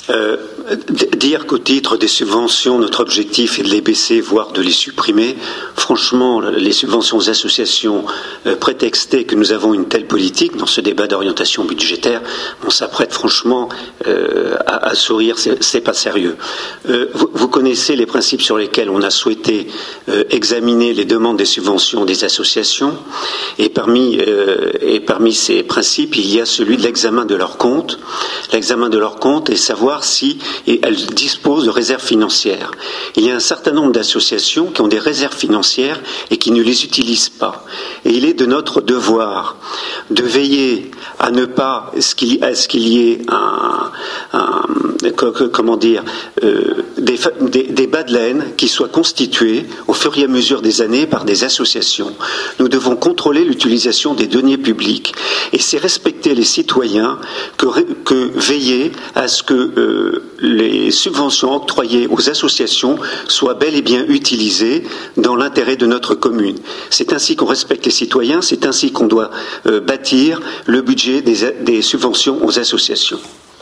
Euh, dire qu'au titre des subventions, notre objectif est de les baisser, voire de les supprimer, franchement, les subventions aux associations euh, prétextées que nous avons une telle politique dans ce débat d'orientation budgétaire, on s'apprête franchement euh, à, à sourire, c'est, c'est pas sérieux. Euh, vous, vous connaissez les principes sur lesquels on a souhaité euh, examiner les demandes des subventions des associations, et parmi, euh, et parmi ces principes, il y a celui de l'examen de leurs comptes, l'examen de leurs comptes et savoir si et elles disposent de réserves financières. Il y a un certain nombre d'associations qui ont des réserves financières et qui ne les utilisent pas. Et il est de notre devoir de veiller à ne pas à ce qu'il, à ce qu'il y ait un, un comment dire euh, des, des, des bas de laine qui soient constitués au fur et à mesure des années par des associations. Nous devons contrôler l'utilisation des deniers publics et c'est respecter les citoyens que, que veiller à ce que euh, les subventions octroyées aux associations soient bel et bien utilisées dans l'intérêt de notre commune. C'est ainsi qu'on respecte les citoyens, c'est ainsi qu'on doit euh, bâtir le budget des, des subventions aux associations.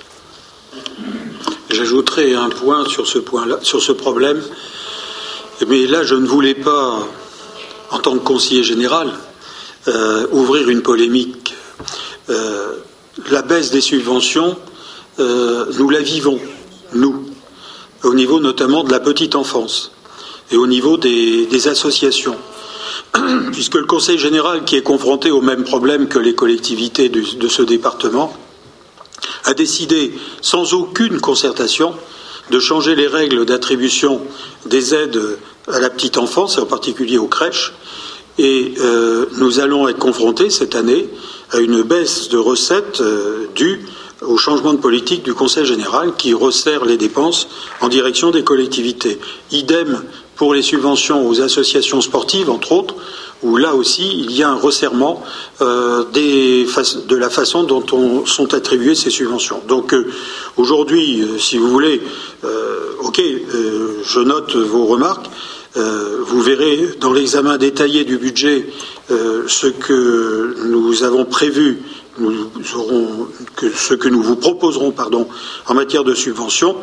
J'ajouterai un point sur ce point-là, sur ce problème. Mais là, je ne voulais pas, en tant que conseiller général, euh, ouvrir une polémique. Euh, la baisse des subventions, euh, nous la vivons, nous, au niveau notamment de la petite enfance et au niveau des, des associations. Puisque le Conseil général, qui est confronté au même problème que les collectivités de, de ce département, a décidé, sans aucune concertation, de changer les règles d'attribution des aides à la petite enfance, et en particulier aux crèches. Et euh, nous allons être confrontés cette année à une baisse de recettes euh, due au changement de politique du Conseil général qui resserre les dépenses en direction des collectivités. Idem pour les subventions aux associations sportives, entre autres, où là aussi il y a un resserrement euh, des, de la façon dont on, sont attribuées ces subventions. Donc euh, aujourd'hui, euh, si vous voulez, euh, ok, euh, je note vos remarques. Euh, vous verrez dans l'examen détaillé du budget euh, ce que nous avons prévu, nous aurons, que, ce que nous vous proposerons pardon, en matière de subventions.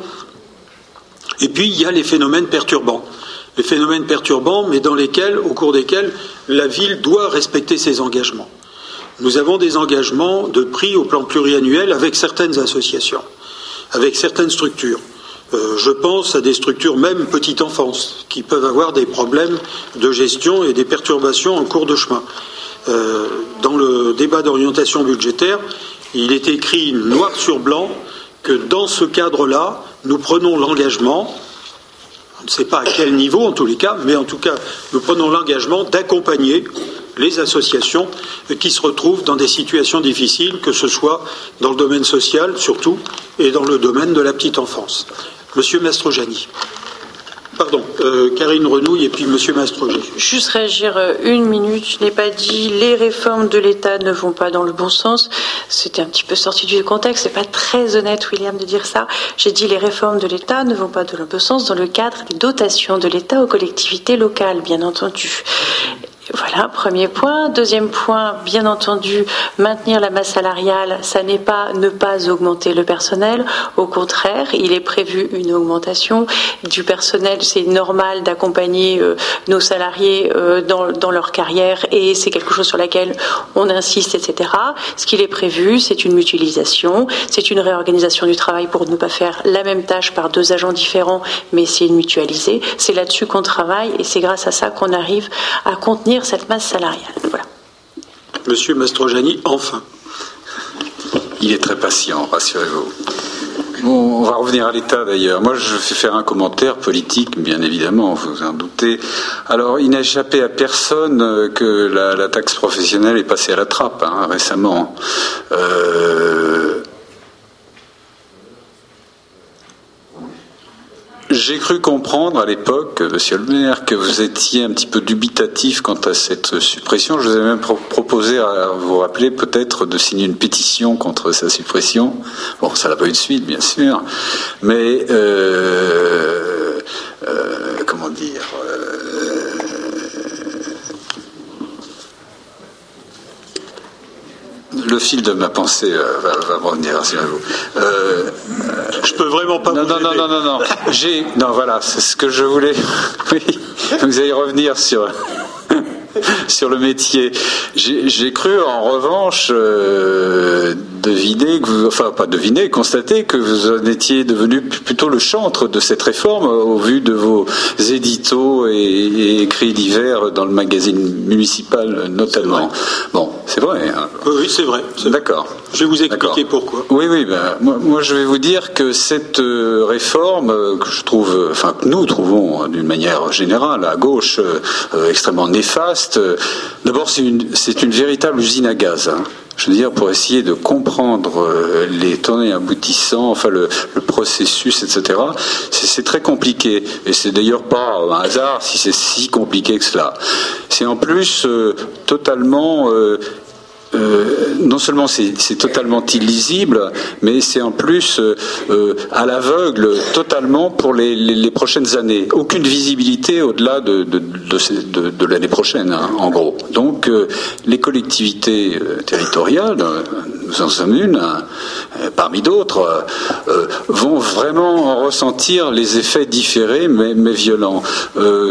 Et puis il y a les phénomènes perturbants. Les phénomènes perturbants, mais dans lesquels, au cours desquels la ville doit respecter ses engagements. Nous avons des engagements de prix au plan pluriannuel avec certaines associations, avec certaines structures. Euh, je pense à des structures même petite enfance qui peuvent avoir des problèmes de gestion et des perturbations en cours de chemin. Euh, dans le débat d'orientation budgétaire, il est écrit noir sur blanc que dans ce cadre-là, nous prenons l'engagement, on ne sait pas à quel niveau en tous les cas, mais en tout cas, nous prenons l'engagement d'accompagner les associations qui se retrouvent dans des situations difficiles, que ce soit dans le domaine social surtout, et dans le domaine de la petite enfance. Monsieur Mastrogiani. Pardon, euh, Karine Renouille et puis Monsieur Mastrogiani. Juste réagir une minute. Je n'ai pas dit les réformes de l'État ne vont pas dans le bon sens. C'était un petit peu sorti du contexte. C'est pas très honnête, William, de dire ça. J'ai dit les réformes de l'État ne vont pas dans le bon sens dans le cadre des dotations de l'État aux collectivités locales, bien entendu. Voilà, premier point. Deuxième point, bien entendu, maintenir la masse salariale, ça n'est pas ne pas augmenter le personnel. Au contraire, il est prévu une augmentation du personnel. C'est normal d'accompagner euh, nos salariés euh, dans, dans leur carrière et c'est quelque chose sur laquelle on insiste, et cetera. Ce qu'il est prévu, c'est une mutualisation, c'est une réorganisation du travail pour ne pas faire la même tâche par deux agents différents, mais essayer de mutualiser. C'est là-dessus qu'on travaille et c'est grâce à ça qu'on arrive à contenir cette masse salariale. Voilà. Monsieur Mastrogiani, enfin. Il est très patient, rassurez-vous. Bon, on va revenir à l'État d'ailleurs. Moi, je vais faire un commentaire politique, bien évidemment, vous vous en doutez. Alors, il n'a échappé à personne que la, la taxe professionnelle est passée à la trappe hein, récemment. Euh... J'ai cru comprendre à l'époque, monsieur le maire, que vous étiez un petit peu dubitatif quant à cette suppression. Je vous ai même pro- proposé, à vous rappeler, peut-être de signer une pétition contre sa suppression. Bon, ça n'a pas eu de suite, bien sûr. Mais, euh, euh, comment dire... Euh, Le fil de ma pensée euh, va, va me revenir, rassurez-vous. Euh, je peux vraiment pas non, vous non, aider. non, non, non, non. J'ai, non, voilà, c'est ce que je voulais. Oui, vous allez revenir sur. sur le métier. J'ai, j'ai cru en revanche euh, deviner, que vous, enfin pas deviner, constater que vous en étiez devenu plutôt le chantre de cette réforme au vu de vos éditos et, et écrits divers dans le magazine municipal notamment. C'est bon, c'est vrai. Hein. Oui, c'est vrai. C'est D'accord. Vrai. Je vais vous expliquer D'accord. pourquoi. Oui, oui. Ben, moi, moi, je vais vous dire que cette euh, réforme euh, que je trouve, euh, enfin que nous trouvons hein, d'une manière générale à gauche euh, extrêmement néfaste. Euh, d'abord, c'est une, c'est une véritable usine à gaz. Hein. Je veux dire, pour essayer de comprendre euh, les tenants et aboutissants, enfin le, le processus, et cetera. C'est, c'est très compliqué, et c'est d'ailleurs pas un hasard si c'est si compliqué que cela. C'est en plus euh, totalement euh, Euh, non seulement c'est, c'est totalement illisible, mais c'est en plus euh, euh, à l'aveugle totalement pour les, les, les prochaines années. Aucune visibilité au-delà de, de, de, de, de l'année prochaine, hein, en gros. Donc euh, les collectivités euh, territoriales, euh, nous en sommes une, euh, parmi d'autres, euh, vont vraiment en ressentir les effets différés mais, mais violents. Euh,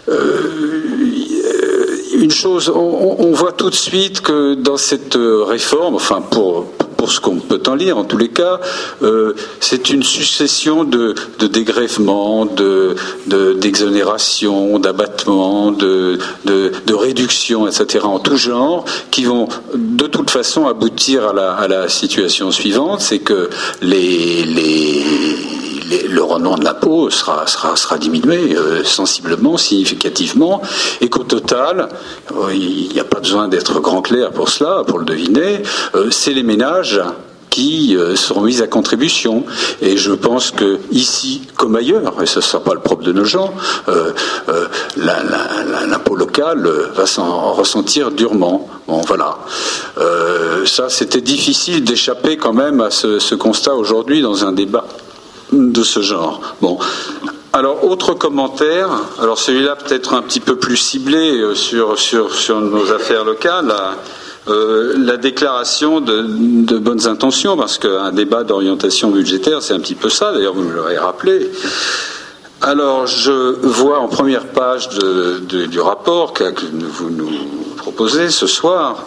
euh, Une chose, on, on voit tout de suite que dans cette réforme, enfin pour pour ce qu'on peut en lire en tous les cas, euh, c'est une succession de, de dégrèvements, de, de, d'exonérations, d'abattements, de, de, de réductions, et cetera en tout genre, qui vont de toute façon aboutir à la, à la situation suivante, c'est que les, les le rendement de l'impôt sera, sera, sera diminué euh, sensiblement, significativement, et qu'au total, euh, il n'y a pas besoin d'être grand clair pour cela, pour le deviner, euh, c'est les ménages qui euh, seront mis à contribution. Et je pense que ici, comme ailleurs, et ce ne sera pas le propre de nos gens, euh, euh, la, la, la, l'impôt local euh, va s'en ressentir durement. Bon, voilà. Euh, ça, c'était difficile d'échapper quand même à ce, ce constat aujourd'hui dans un débat de ce genre. Bon. Alors, autre commentaire, alors celui-là peut-être un petit peu plus ciblé sur, sur, sur nos affaires locales, euh, la déclaration de, de bonnes intentions, parce qu'un débat d'orientation budgétaire, c'est un petit peu ça, d'ailleurs vous me l'avez rappelé. Alors, je vois en première page de, de, du rapport que vous nous proposez ce soir,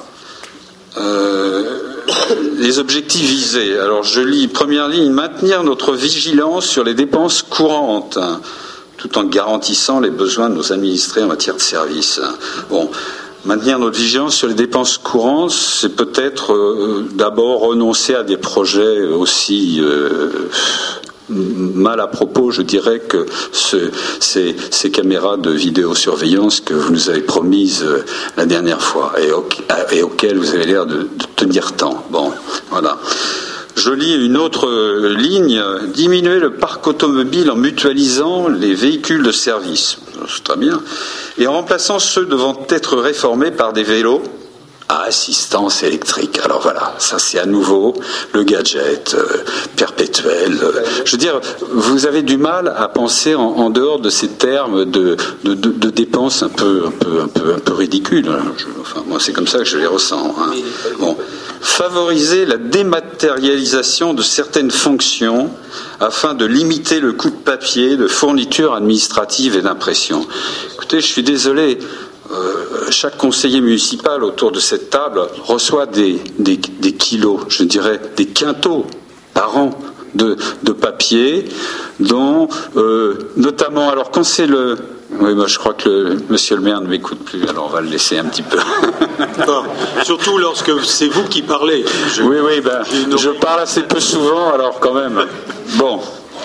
euh, les objectifs visés. Alors je lis, première ligne, maintenir notre vigilance sur les dépenses courantes, hein, tout en garantissant les besoins de nos administrés en matière de services. Bon, maintenir notre vigilance sur les dépenses courantes, c'est peut-être euh, d'abord renoncer à des projets aussi euh, mal à propos, je dirais, que ce, ces, ces caméras de vidéosurveillance que vous nous avez promises euh, la dernière fois et, au, et auxquelles vous avez l'air de, de tenir tant. Bon, voilà. Je lis une autre euh, ligne, diminuer le parc automobile en mutualisant les véhicules de service. C'est très bien. Et en remplaçant ceux devant être réformés par des vélos à assistance électrique. Alors voilà, ça c'est à nouveau le gadget euh, perpétuel. Euh, je veux dire, vous avez du mal à penser en, en dehors de ces termes de, de, de, de dépenses un peu, un peu, un peu, un peu ridicules. Je, enfin, moi, c'est comme ça que je les ressens. Hein. Bon, favoriser la dématérialisation de certaines fonctions afin de limiter le coût de papier, de fourniture administrative et d'impression. Écoutez, je suis désolé. Euh, chaque conseiller municipal autour de cette table reçoit des, des, des kilos, je dirais des quintaux par an de, de papier, dont euh, notamment, alors quand c'est le... Oui, moi je crois que le, monsieur le maire ne m'écoute plus, alors on va le laisser un petit peu. Bon, surtout lorsque c'est vous qui parlez. Je, oui, oui, ben, je parle assez peu souvent, alors quand même. Bon.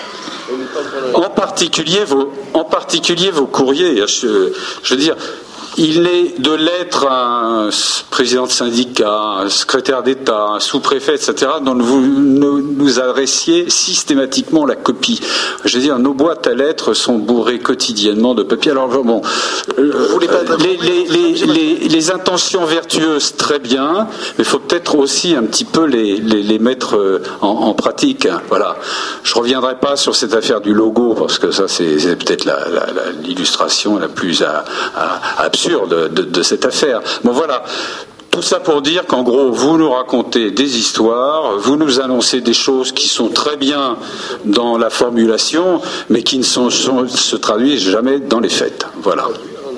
En particulier vos, en particulier vos courriers, je, je veux dire... Il est de l'être un président de syndicat, un secrétaire d'État, un sous-préfet, et cetera, dont vous nous adressiez systématiquement la copie. Je veux dire, nos boîtes à lettres sont bourrées quotidiennement de papier. Alors bon, euh, les, les, les, les, les intentions vertueuses, très bien, mais il faut peut-être aussi un petit peu les, les, les mettre en, en pratique. Voilà. Je ne reviendrai pas sur cette affaire du logo, parce que ça, c'est, c'est peut-être la, la, la, l'illustration la plus à, à, absurde De, de, de cette affaire. Bon voilà, Tout ça pour dire qu'en gros, vous nous racontez des histoires, vous nous annoncez des choses qui sont très bien dans la formulation, mais qui ne sont, sont, se traduisent jamais dans les faits. Voilà.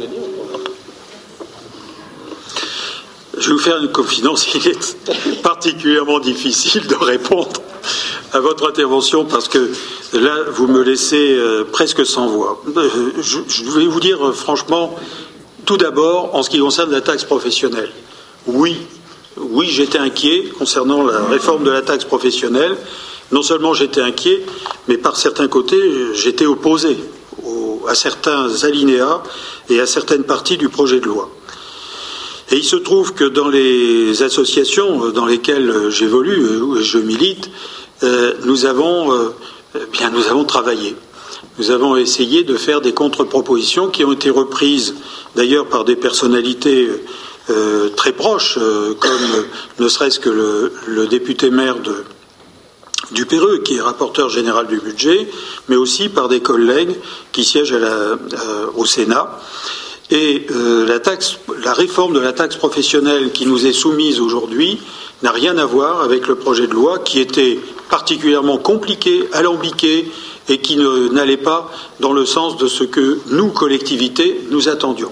Je vais vous faire une confidence. Il est particulièrement difficile de répondre à votre intervention parce que là, vous me laissez euh, presque sans voix. Euh, je, je voulais vous dire euh, franchement, tout d'abord, en ce qui concerne la taxe professionnelle. Oui, oui, j'étais inquiet concernant la réforme de la taxe professionnelle. Non seulement j'étais inquiet, mais par certains côtés, j'étais opposé au, à certains alinéas et à certaines parties du projet de loi. Et il se trouve que dans les associations dans lesquelles j'évolue, je milite, euh, nous avons, euh, bien, nous avons travaillé. Nous avons essayé de faire des contre-propositions qui ont été reprises d'ailleurs par des personnalités euh, très proches, euh, comme euh, ne serait-ce que le, le député maire de, du Péreux, qui est rapporteur général du budget, mais aussi par des collègues qui siègent à la, euh, au Sénat. Et euh, la, taxe, la réforme de la taxe professionnelle qui nous est soumise aujourd'hui n'a rien à voir avec le projet de loi qui était particulièrement compliqué, alambiqué et qui ne, n'allait pas dans le sens de ce que nous, collectivités, nous attendions.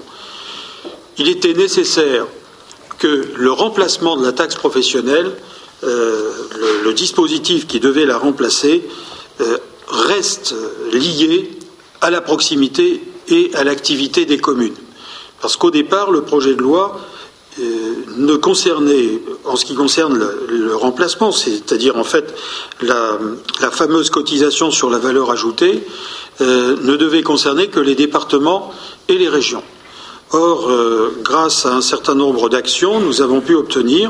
Il était nécessaire que le remplacement de la taxe professionnelle, euh, le, le dispositif qui devait la remplacer, euh, reste lié à la proximité et à l'activité des communes. Parce qu'au départ, le projet de loi euh, ne concernait, en ce qui concerne le, le remplacement, c'est-à-dire en fait la, la fameuse cotisation sur la valeur ajoutée, euh, ne devait concerner que les départements et les régions. Or, euh, grâce à un certain nombre d'actions, nous avons pu obtenir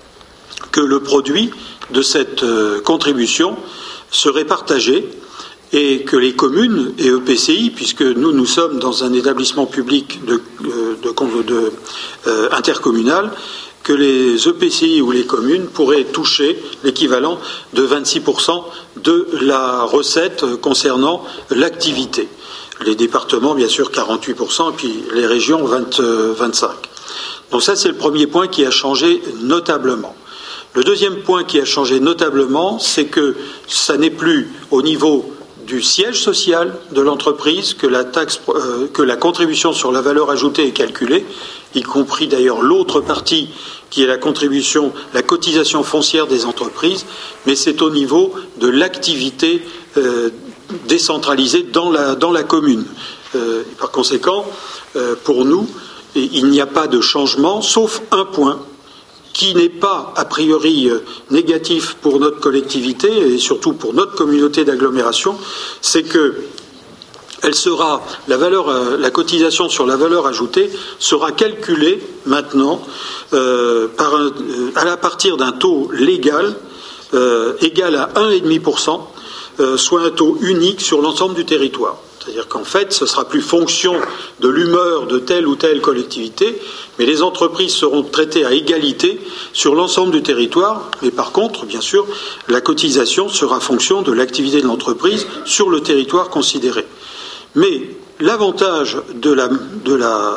que le produit de cette euh, contribution serait partagé et que les communes et E P C I, puisque nous, nous sommes dans un établissement public de, de, de, de, euh, intercommunal, que les E P C I ou les communes pourraient toucher l'équivalent de vingt-six pour cent de la recette concernant l'activité. Les départements, bien sûr, quarante-huit pour cent, et puis les régions, vingt, euh, vingt-cinq pour cent. Donc ça, c'est le premier point qui a changé notablement. Le deuxième point qui a changé notablement, c'est que ça n'est plus au niveau du siège social de l'entreprise que la taxe, euh, que la contribution sur la valeur ajoutée est calculée, y compris d'ailleurs l'autre partie qui est la contribution, la cotisation foncière des entreprises, mais c'est au niveau de l'activité euh, décentralisée dans la, dans la commune. Euh, et par conséquent, euh, pour nous, il n'y a pas de changement, sauf un point qui n'est pas a priori négatif pour notre collectivité et surtout pour notre communauté d'agglomération, c'est que elle sera, la, valeur, la cotisation sur la valeur ajoutée sera calculée maintenant euh, par un, à la partir d'un taux légal euh, égal à un virgule cinq pour cent, euh, soit un taux unique sur l'ensemble du territoire. C'est-à-dire qu'en fait, ce sera plus fonction de l'humeur de telle ou telle collectivité, mais les entreprises seront traitées à égalité sur l'ensemble du territoire. Mais par contre, bien sûr, la cotisation sera fonction de l'activité de l'entreprise sur le territoire considéré. Mais l'avantage de la, de la,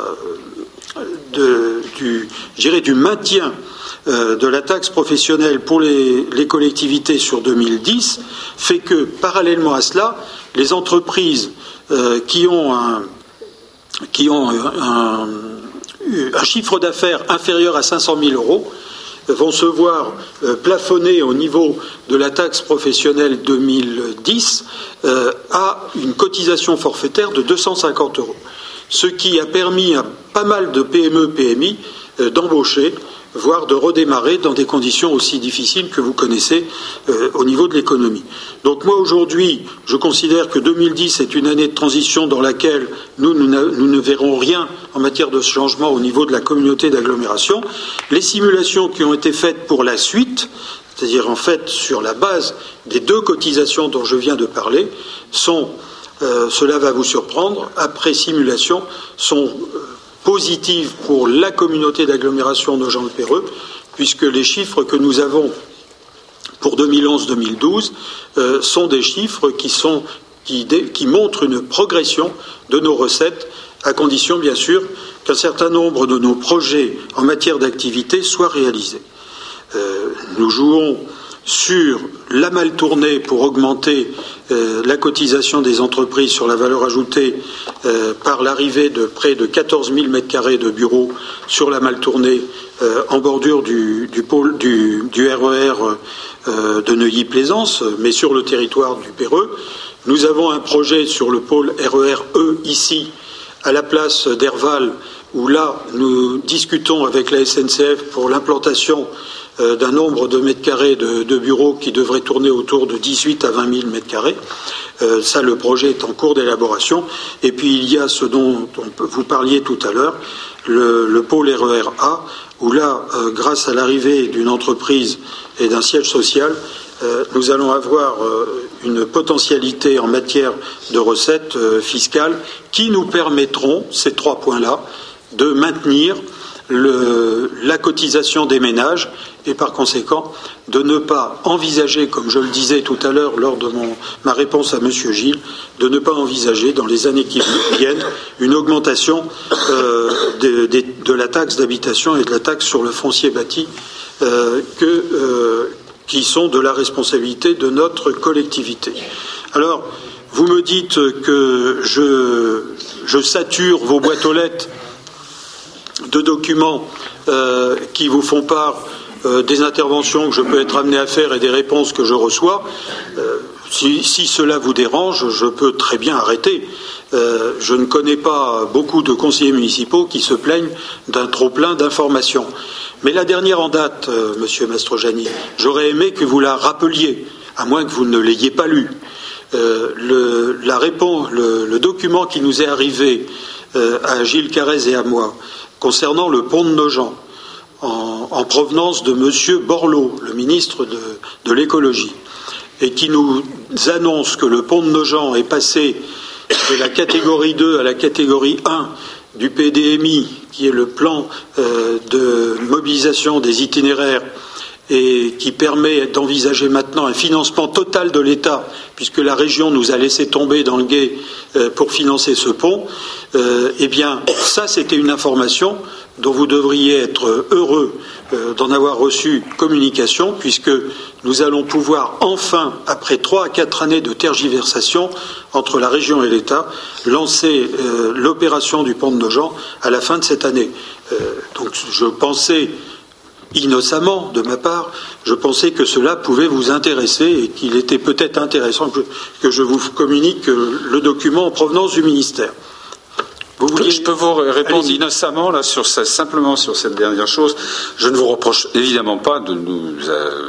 de, du, je dirais, du maintien euh, de la taxe professionnelle pour les, les collectivités sur deux mille dix fait que, parallèlement à cela, les entreprises Euh, qui ont un, qui ont un, un chiffre d'affaires inférieur à cinq cent mille euros vont se voir euh, plafonner au niveau de la taxe professionnelle deux mille dix euh, à une cotisation forfaitaire de deux cent cinquante euros. Ce qui a permis à pas mal de P M E, P M I euh, d'embaucher, voire de redémarrer dans des conditions aussi difficiles que vous connaissez euh, au niveau de l'économie. Donc moi aujourd'hui, je considère que deux mille dix est une année de transition dans laquelle nous, nous, nous ne verrons rien en matière de changement au niveau de la communauté d'agglomération. Les simulations qui ont été faites pour la suite, c'est-à-dire en fait sur la base des deux cotisations dont je viens de parler, sont, euh, cela va vous surprendre, après simulation, sont euh, positive pour la communauté d'agglomération de Nogent-le-Péreux, puisque les chiffres que nous avons pour deux mille onze deux mille douze euh, sont des chiffres qui, sont, qui, qui montrent une progression de nos recettes, à condition bien sûr qu'un certain nombre de nos projets en matière d'activité soient réalisés. Euh, nous jouons sur la mal tournée pour augmenter euh, la cotisation des entreprises sur la valeur ajoutée euh, par l'arrivée de près de quatorze mille mètres carrés de bureaux sur la mal tournée euh, en bordure du, du, pôle, du, du R E R euh, de Neuilly-Plaisance, mais sur le territoire du Perreux. Nous avons un projet sur le pôle R E R E ici, à la place d'Herval, où là, nous discutons avec la S N C F pour l'implantation euh, d'un nombre de mètres carrés de, de bureaux qui devrait tourner autour de dix-huit à vingt mille mètres carrés. Euh, ça, le projet est en cours d'élaboration. Et puis, il y a ce dont on, vous parliez tout à l'heure, le, le pôle R E R A, où là, euh, grâce à l'arrivée d'une entreprise et d'un siège social, euh, nous allons avoir euh, une potentialité en matière de recettes euh, fiscales qui nous permettront, ces trois points-là, de maintenir le, la cotisation des ménages et par conséquent de ne pas envisager, comme je le disais tout à l'heure lors de mon, ma réponse à M. Gilles, de ne pas envisager dans les années qui viennent une augmentation euh, de, de, de la taxe d'habitation et de la taxe sur le foncier bâti euh, que, euh, qui sont de la responsabilité de notre collectivité. Alors, vous me dites que je, je sature vos boîtes aux lettres de documents euh, qui vous font part euh, des interventions que je peux être amené à faire et des réponses que je reçois. Euh, si, si cela vous dérange, je peux très bien arrêter. Euh, je ne connais pas beaucoup de conseillers municipaux qui se plaignent d'un trop-plein d'informations. Mais la dernière en date, euh, Monsieur Mastrogianni, j'aurais aimé que vous la rappeliez, à moins que vous ne l'ayez pas lu. Euh, le, la réponse, le, le document qui nous est arrivé euh, à Gilles Carrez et à moi, concernant le pont de Nogent, en, en provenance de M. Borloo, le ministre de, de l'écologie, et qui nous annonce que le pont de Nogent est passé de la catégorie deux à la catégorie un du P D M I, qui est le plan euh, de mobilisation des itinéraires, et qui permet d'envisager maintenant un financement total de l'État, puisque la région nous a laissé tomber dans le gué euh, pour financer ce pont, euh, eh bien, ça, c'était une information dont vous devriez être heureux euh, d'en avoir reçu communication, puisque nous allons pouvoir enfin, après trois à quatre années de tergiversation entre la région et l'État, lancer euh, l'opération du pont de Nogent à la fin de cette année. Euh, donc, je pensais innocemment, de ma part, je pensais que cela pouvait vous intéresser et qu'il était peut-être intéressant que, que je vous communique le document en provenance du ministère. Vous vouliez... Je peux vous répondre innocemment là, sur ça, simplement sur cette dernière chose. Je ne vous reproche évidemment pas de nous euh,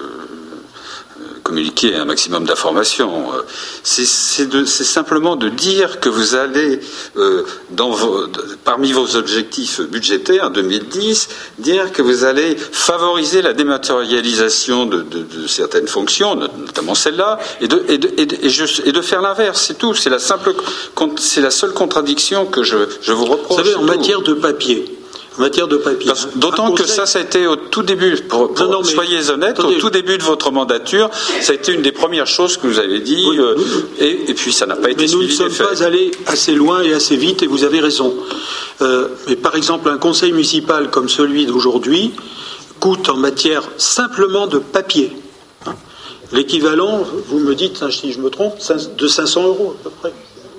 communiquer un maximum d'informations. C'est, c'est, de, c'est simplement de dire que vous allez, euh, dans vos, de, parmi vos objectifs budgétaires deux mille dix, dire que vous allez favoriser la dématérialisation de, de, de certaines fonctions, notamment celle-là, et de, et de, et de, et je, et de faire l'inverse. C'est tout. C'est la simple, c'est la seule contradiction que je, je vous reproche. Vous savez, en matière de papier. En matière de papier. Parce, d'autant que ça, ça a été au tout début, pour, pour, non, non, soyez honnête, attendez, au tout début de votre mandature, ça a été une des premières choses que vous avez dit, oui, euh, nous, et, et puis ça n'a pas été suivi. Mais nous ne sommes pas allés assez loin et assez vite, et vous avez raison. Euh, mais par exemple, un conseil municipal comme celui d'aujourd'hui coûte en matière simplement de papier hein, l'équivalent, vous me dites, si je me trompe, de cinq cents euros à peu près.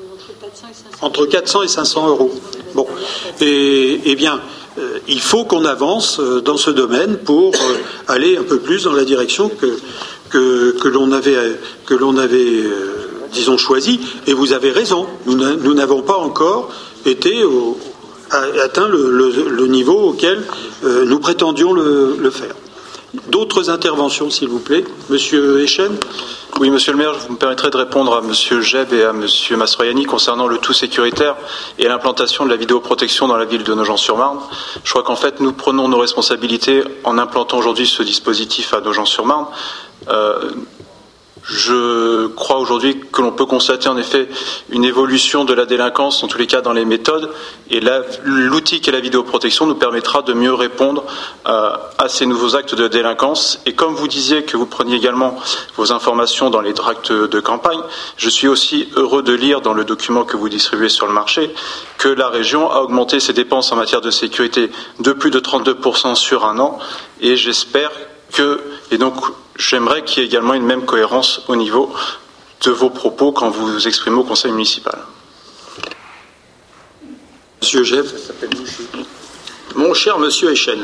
Entre quatre cents et cinq cents euros. Bon. Et, et bien, euh, il faut qu'on avance euh, dans ce domaine pour euh, aller un peu plus dans la direction que, que, que l'on avait, que l'on avait euh, disons, choisi. Et vous avez raison, nous, n'a, nous n'avons pas encore été au, à, atteint le, le, le niveau auquel euh, nous prétendions le, le faire. D'autres interventions, s'il vous plaît. Monsieur Echen. Oui, Monsieur le maire, je vous me permettrai de répondre à Monsieur Jeb et à Monsieur Mastroianni concernant le tout sécuritaire et l'implantation de la vidéoprotection dans la ville de Nogent-sur-Marne. Je crois qu'en fait, nous prenons nos responsabilités en implantant aujourd'hui ce dispositif à Nogent-sur-Marne. Euh, Je crois aujourd'hui que l'on peut constater en effet une évolution de la délinquance, en tous les cas dans les méthodes, et l'outil qu'est la vidéoprotection nous permettra de mieux répondre euh, à ces nouveaux actes de délinquance. Et comme vous disiez que vous preniez également vos informations dans les tracts de campagne, je suis aussi heureux de lire dans le document que vous distribuez sur le marché que la région a augmenté ses dépenses en matière de sécurité de plus de trente-deux pour cent sur un an, et j'espère que, et donc j'aimerais qu'il y ait également une même cohérence au niveau de vos propos quand vous vous exprimez au conseil municipal. Monsieur Jeb. Mon cher monsieur Echen,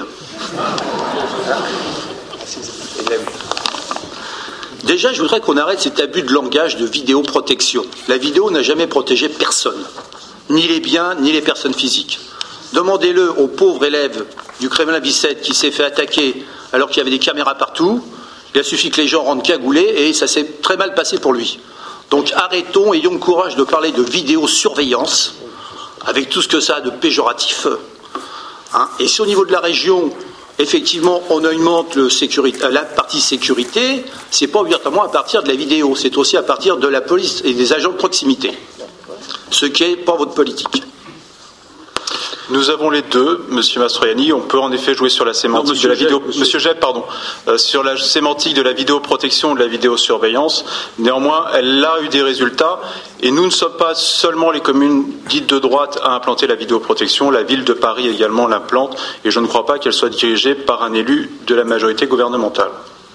déjà je voudrais qu'on arrête cet abus de langage de vidéoprotection. La vidéo n'a jamais protégé personne, ni les biens, ni les personnes physiques. Demandez-le au pauvre élève du Kremlin-Bicêtre qui s'est fait attaquer alors qu'il y avait des caméras partout. Il a suffi que les gens rentrent cagoulés et ça s'est très mal passé pour lui. Donc arrêtons, ayons le courage de parler de vidéosurveillance, avec tout ce que ça a de péjoratif. Hein. Et si au niveau de la région, effectivement, on augmente le sécurité, la partie sécurité, c'est pas obligatoirement à partir de la vidéo, c'est aussi à partir de la police et des agents de proximité. Ce qui n'est pas votre politique. Nous avons les deux, Monsieur Mastroianni. On peut en effet jouer sur la sémantique non, de la vidéo. Monsieur, monsieur Jeb, pardon, euh, sur la sémantique de la vidéoprotection ou de la vidéosurveillance. Néanmoins, elle a eu des résultats, et nous ne sommes pas seulement les communes dites de droite à implanter la vidéoprotection. La ville de Paris également l'implante, et je ne crois pas qu'elle soit dirigée par un élu de la majorité gouvernementale.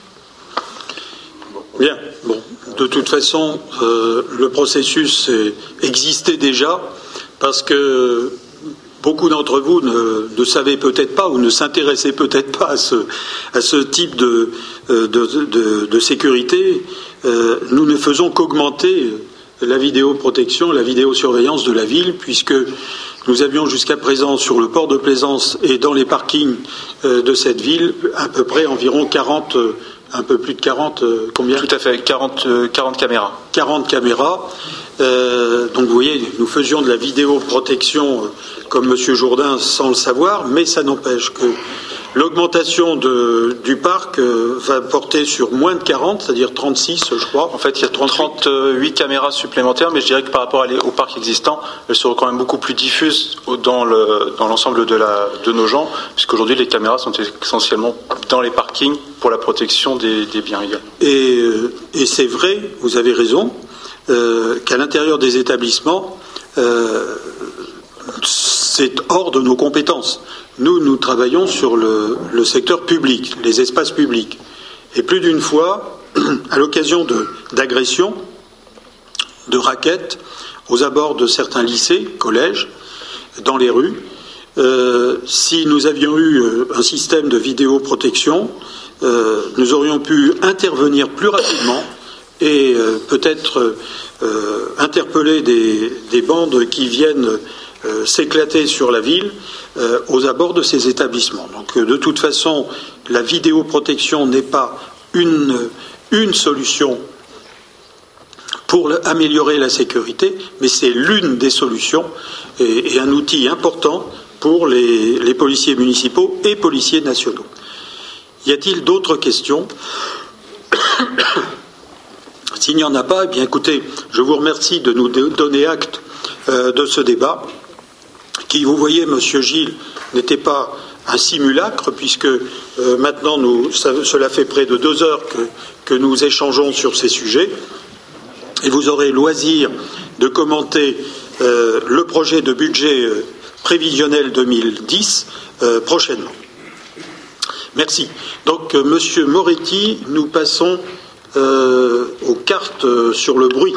Bien. Bon, de toute façon, euh, le processus existait déjà parce que beaucoup d'entre vous ne, ne savaient peut-être pas ou ne s'intéressaient peut-être pas à ce, à ce type de, de, de, de sécurité. Euh, nous ne faisons qu'augmenter la vidéoprotection, la vidéosurveillance de la ville, puisque nous avions jusqu'à présent sur le port de Plaisance et dans les parkings euh, de cette ville à peu près environ quarante, un peu plus de quarante, euh, combien ? Tout à fait, quarante, euh, quarante caméras. quarante caméras. Euh, donc vous voyez, nous faisions de la vidéoprotection euh, comme M. Jourdain sans le savoir, mais ça n'empêche que l'augmentation de, du parc euh, va porter sur moins de quarante, c'est-à-dire trente-six, je crois. En fait, il y a trente-huit caméras supplémentaires, mais je dirais que par rapport à les, au parc existant, elles seront quand même beaucoup plus diffuses dans, le, dans l'ensemble de, la, de nos gens, puisqu'aujourd'hui les caméras sont essentiellement dans les parkings pour la protection des, des biens également. Et, euh, et c'est vrai, vous avez raison, euh, qu'à l'intérieur des établissements, euh, c'est hors de nos compétences. Nous, nous travaillons sur le, le secteur public, les espaces publics. Et plus d'une fois, à l'occasion de, d'agressions, de raquettes, aux abords de certains lycées, collèges, dans les rues, euh, si nous avions eu un système de vidéoprotection, euh, nous aurions pu intervenir plus rapidement et euh, peut-être euh, interpeller des, des bandes qui viennent Euh, s'éclater sur la ville euh, aux abords de ces établissements. Donc euh, de toute façon, la vidéoprotection n'est pas une, une solution pour le, améliorer la sécurité, mais c'est l'une des solutions et, et un outil important pour les, les policiers municipaux et policiers nationaux. Y a-t-il d'autres questions ? S'il n'y en a pas, eh bien écoutez, je vous remercie de nous donner acte euh, de ce débat, qui, vous voyez, Monsieur Gilles, n'était pas un simulacre, puisque euh, maintenant, nous, ça, cela fait près de deux heures que, que nous échangeons sur ces sujets, et vous aurez loisir de commenter euh, le projet de budget euh, prévisionnel deux mille dix euh, prochainement. Merci. Donc, euh, Monsieur Moretti, nous passons euh, aux cartes euh, sur le bruit.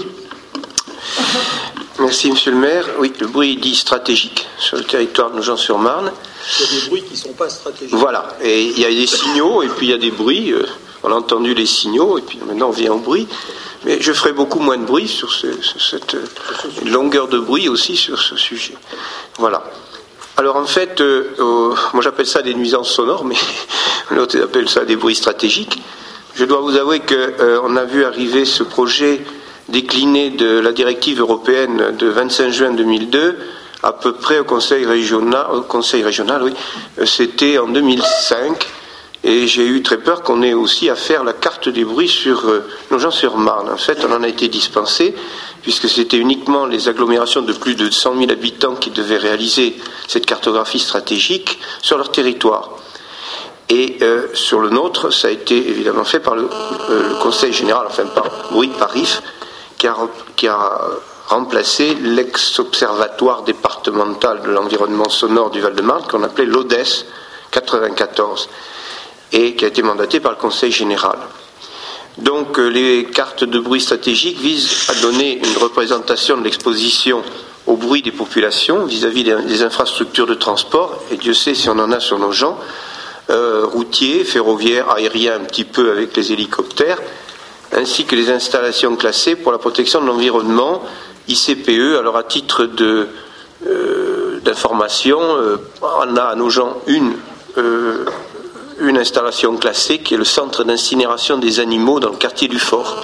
Merci, Monsieur le maire. Oui, le bruit dit stratégique sur le territoire de Nogent-sur-Marne. Il y a des bruits qui ne sont pas stratégiques. Voilà, et il y a des signaux, et puis il y a des bruits. On a entendu les signaux, et puis maintenant on vient au bruit. Mais je ferai beaucoup moins de bruit sur, ce, sur cette une longueur de bruit aussi sur ce sujet. Voilà. Alors en fait, euh, euh, moi j'appelle ça des nuisances sonores, mais l'autre appelle ça des bruits stratégiques. Je dois vous avouer qu'on euh, a vu arriver ce projet décliné de la directive européenne de vingt-cinq juin deux mille deux, à peu près au Conseil régional, au Conseil régional, oui, c'était en deux mille cinq, Et j'ai eu très peur qu'on ait aussi à faire la carte des bruits sur euh, Nogent-sur-Marne. En fait, on en a été dispensé, puisque c'était uniquement les agglomérations de plus de cent mille habitants qui devaient réaliser cette cartographie stratégique sur leur territoire. Et euh, sur le nôtre, ça a été évidemment fait par le, euh, le Conseil général, enfin par, oui, par R I F, qui a, qui a remplacé l'ex-observatoire départemental de l'environnement sonore du Val-de-Marne, qu'on appelait l'O D E S quatre-vingt-quatorze, et qui a été mandaté par le Conseil général. Donc euh, les cartes de bruit stratégiques visent à donner une représentation de l'exposition au bruit des populations vis-à-vis des, des infrastructures de transport, et Dieu sait si on en a sur nos gens, euh, routiers, ferroviaires, aériens un petit peu avec les hélicoptères, ainsi que les installations classées pour la protection de l'environnement, I C P E. Alors à titre de, euh, d'information, euh, on a à nos gens une, euh, une installation classée qui est le centre d'incinération des animaux dans le quartier du Fort.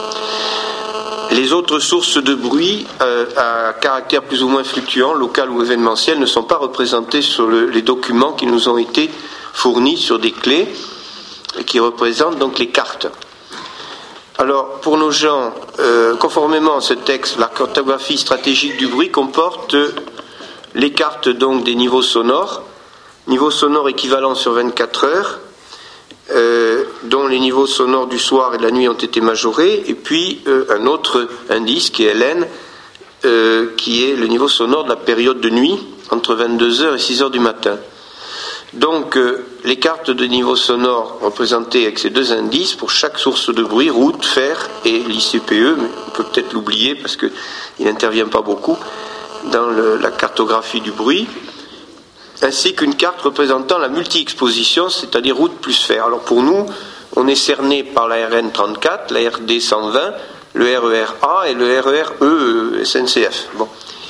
Les autres sources de bruit euh, à caractère plus ou moins fluctuant, local ou événementiel, ne sont pas représentées sur le, les documents qui nous ont été fournis sur des clés et qui représentent donc les cartes. Alors, pour nos gens, euh, conformément à ce texte, la cartographie stratégique du bruit comporte les cartes donc des niveaux sonores, niveaux sonores équivalents sur vingt-quatre heures, euh, dont les niveaux sonores du soir et de la nuit ont été majorés, et puis euh, un autre indice qui est L N, euh, qui est le niveau sonore de la période de nuit, entre vingt-deux heures et six heures du matin. Donc, euh, les cartes de niveau sonore représentées avec ces deux indices pour chaque source de bruit, route, fer et l'I C P E, mais on peut peut-être l'oublier parce qu'il n'intervient pas beaucoup dans le, la cartographie du bruit, ainsi qu'une carte représentant la multi-exposition, c'est-à-dire route plus fer. Alors pour nous, on est cerné par la R N trente-quatre, la R D cent vingt, le R E R A et le R E R E S N C F. Bon.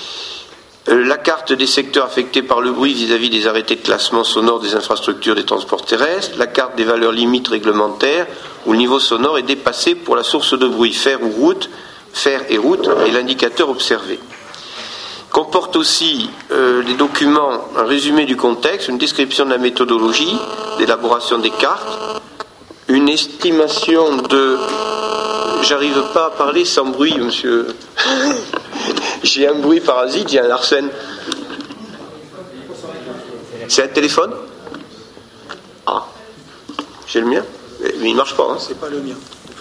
La carte des secteurs affectés par le bruit vis-à-vis des arrêtés de classement sonore des infrastructures des transports terrestres, la carte des valeurs limites réglementaires où le niveau sonore est dépassé pour la source de bruit, fer ou route, fer et route, et l'indicateur observé. Comporte aussi euh, des documents, un résumé du contexte, une description de la méthodologie d'élaboration des cartes, une estimation de... J'arrive pas à parler sans bruit, monsieur. J'ai un bruit parasite, j'ai un arsène. C'est un téléphone? Ah, j'ai le mien, mais il ne marche pas. Hein. C'est pas le mien.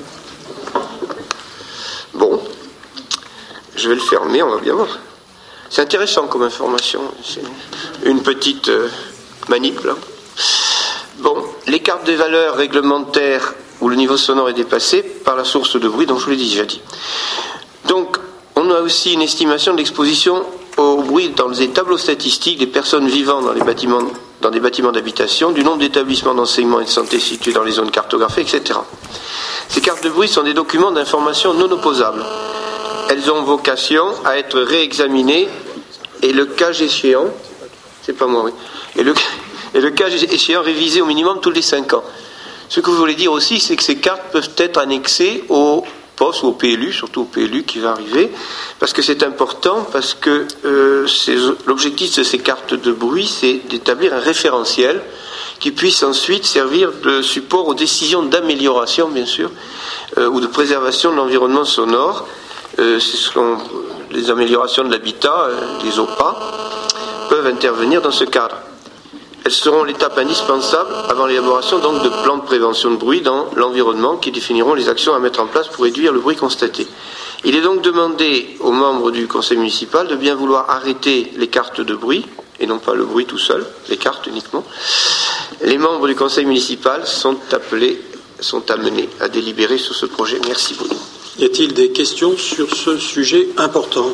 Bon, je vais le fermer, on va bien voir. C'est intéressant comme information. C'est une petite euh, manip, là. Bon, les cartes des valeurs réglementaires où le niveau sonore est dépassé par la source de bruit, dont je vous l'ai déjà dit. Donc, on a aussi une estimation de l'exposition au bruit dans les tableaux statistiques des personnes vivant dans, les bâtiments, dans des bâtiments d'habitation, du nombre d'établissements d'enseignement et de santé situés dans les zones cartographiées, et cetera. Ces cartes de bruit sont des documents d'information non opposables. Elles ont vocation à être réexaminées et le cas échéant, c'est pas moi, oui, et le, et le cas échéant révisé au minimum tous les cinq ans. Ce que vous voulez dire aussi, c'est que ces cartes peuvent être annexées au P O S ou au P L U, surtout au P L U qui va arriver, parce que c'est important, parce que euh, l'objectif de ces cartes de bruit, c'est d'établir un référentiel qui puisse ensuite servir de support aux décisions d'amélioration, bien sûr, euh, ou de préservation de l'environnement sonore. Euh, ce sont les améliorations de l'habitat, euh, les O P A, peuvent intervenir dans ce cadre. Elles seront l'étape indispensable avant l'élaboration donc de plans de prévention de bruit dans l'environnement qui définiront les actions à mettre en place pour réduire le bruit constaté. Il est donc demandé aux membres du conseil municipal de bien vouloir arrêter les cartes de bruit, et non pas le bruit tout seul, les cartes uniquement. Les membres du conseil municipal sont appelés, sont amenés à délibérer sur ce projet. Merci beaucoup. Y a-t-il des questions sur ce sujet important?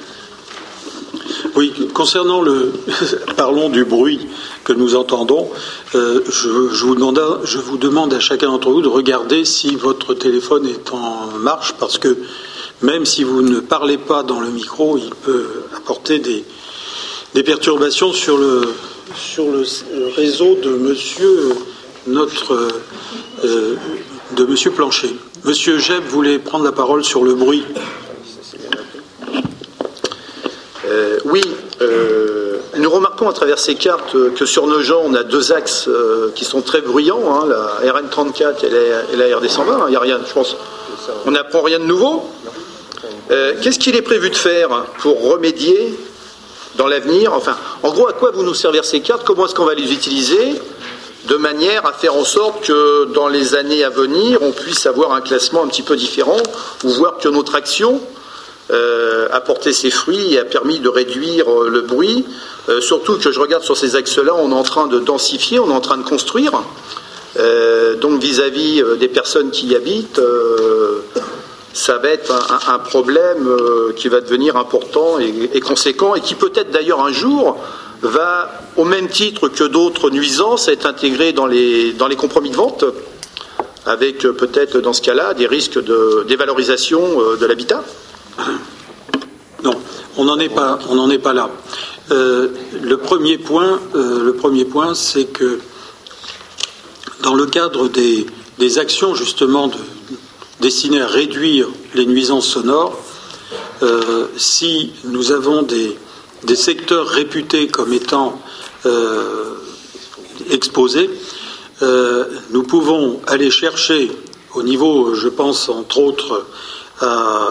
Oui, concernant le... Parlons du bruit que nous entendons. Euh, je, je, vous demande à, je vous demande à chacun d'entre vous de regarder si votre téléphone est en marche, parce que même si vous ne parlez pas dans le micro, il peut apporter des, des perturbations sur le, sur le réseau de monsieur, notre, euh, de monsieur Plancher. Monsieur Jeb voulait prendre la parole sur le bruit. Euh, oui, euh, nous remarquons remarquons à travers ces cartes que sur Nogent, on a deux axes euh, qui sont très bruyants, hein, la R N trente-quatre et la, et la R D cent vingt. Il n'y a rien, je pense. On n'apprend rien de nouveau. Euh, Qu'est-ce qu'il est prévu de faire pour remédier dans l'avenir? Enfin, en gros, à quoi vont nous servir ces cartes? Comment est-ce qu'on va les utiliser de manière à faire en sorte que dans les années à venir, on puisse avoir un classement un petit peu différent, ou voir que notre action euh, a porté ses fruits et a permis de réduire euh, le bruit. Euh, surtout que je regarde sur ces axes-là, on est en train de densifier, on est en train de construire. Euh, donc vis-à-vis euh, des personnes qui y habitent, euh, ça va être un, un problème euh, qui va devenir important et, et conséquent, et qui peut-être d'ailleurs un jour va, au même titre que d'autres nuisances, être intégré dans les, dans les compromis de vente, avec euh, peut-être dans ce cas-là des risques de dévalorisation euh, de l'habitat. Non, on n'en est pas, on n'en est pas là. Euh, le premier point, euh, le premier point, c'est que dans le cadre des, des actions justement de, destinées à réduire les nuisances sonores, euh, si nous avons des, des secteurs réputés comme étant euh, exposés, euh, nous pouvons aller chercher au niveau, je pense entre autres à,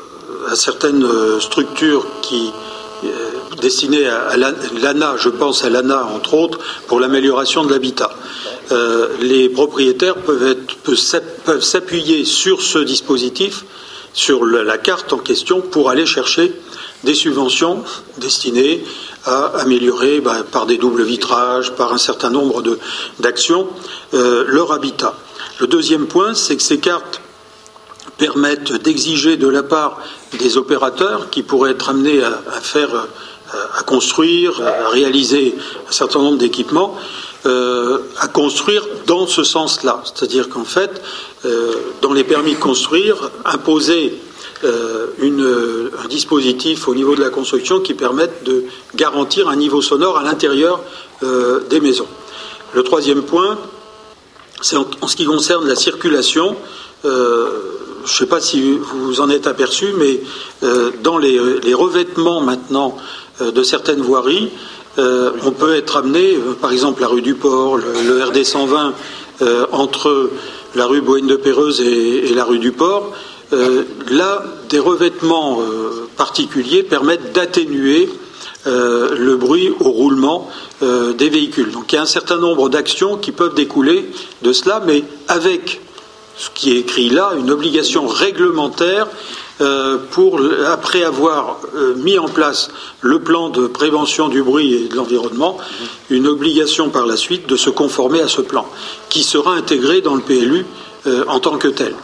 à certaines structures qui euh, destinées à, à l'A N A, je pense à l'A N A entre autres, pour l'amélioration de l'habitat. Euh, les propriétaires peuvent, être, peuvent s'appuyer sur ce dispositif, sur le, la carte en question, pour aller chercher des subventions destinées à améliorer, ben, par des doubles vitrages, par un certain nombre de, d'actions, euh, leur habitat. Le deuxième point, c'est que ces cartes permettent d'exiger de la part des opérateurs qui pourraient être amenés à, à faire, à construire, à réaliser un certain nombre d'équipements, Euh, à construire dans ce sens-là. C'est-à-dire qu'en fait, euh, dans les permis de construire, imposer euh, une, un dispositif au niveau de la construction qui permette de garantir un niveau sonore à l'intérieur euh, des maisons. Le troisième point, c'est en, en ce qui concerne la circulation. Euh, je ne sais pas si vous en êtes aperçu, mais euh, dans les, les revêtements maintenant euh, de certaines voiries, Euh, on peut être amené, euh, par exemple la rue du Port, le, le R D cent vingt, euh, entre la rue Boëne-de-Péreuse et, et la rue du Port, euh, là, des revêtements euh, particuliers permettent d'atténuer euh, le bruit au roulement euh, des véhicules. Donc il y a un certain nombre d'actions qui peuvent découler de cela, mais avec ce qui est écrit là, une obligation réglementaire Euh, pour, après avoir euh, mis en place le plan de prévention du bruit et de l'environnement, une obligation par la suite de se conformer à ce plan, qui sera intégré dans le P L U euh, en tant que tel.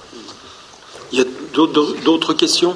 Il y a d'autres questions?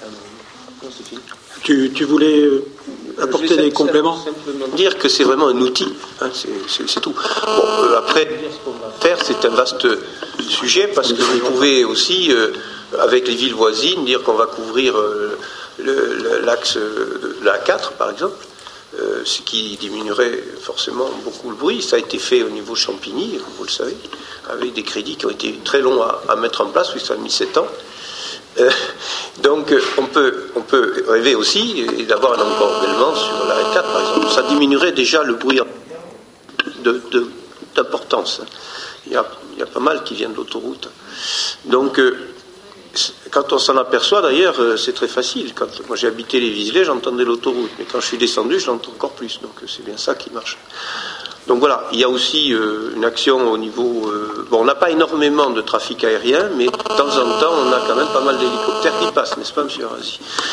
tu, tu voulais apporter des compléments? Simplement dire que c'est vraiment un outil, hein, c'est tout. Bon, euh, après, faire, c'est un vaste sujet, parce que vous pouvez aussi... Euh, avec les villes voisines, dire qu'on va couvrir euh, l'axe de la A quatre, par exemple, euh, ce qui diminuerait forcément beaucoup le bruit. Ça a été fait au niveau Champigny, vous le savez, avec des crédits qui ont été très longs à, à mettre en place, puisque ça a mis sept ans. Euh, donc on peut, on peut rêver aussi d'avoir un encorbellement sur la A quatre, par exemple. Ça diminuerait déjà le bruit d'importance. Il y a, il y a pas mal qui viennent de l'autoroute. Donc... Euh, quand on s'en aperçoit, d'ailleurs, c'est très facile. Quand moi j'ai habité les Vizelets, j'entendais l'autoroute, mais quand je suis descendu, je l'entends encore plus. Donc c'est bien ça qui marche. Donc voilà, il y a aussi euh, une action au niveau... Euh, bon, on n'a pas énormément de trafic aérien, mais de temps en temps, on a quand même pas mal d'hélicoptères qui passent, n'est-ce pas, monsieur Razi?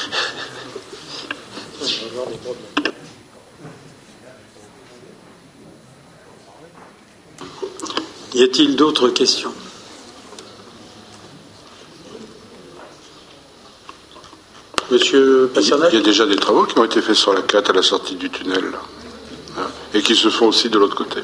Y a-t-il d'autres questions? Monsieur Passionnel ? Il y a déjà des travaux qui ont été faits sur la quatre à la sortie du tunnel, là, hein, et qui se font aussi de l'autre côté.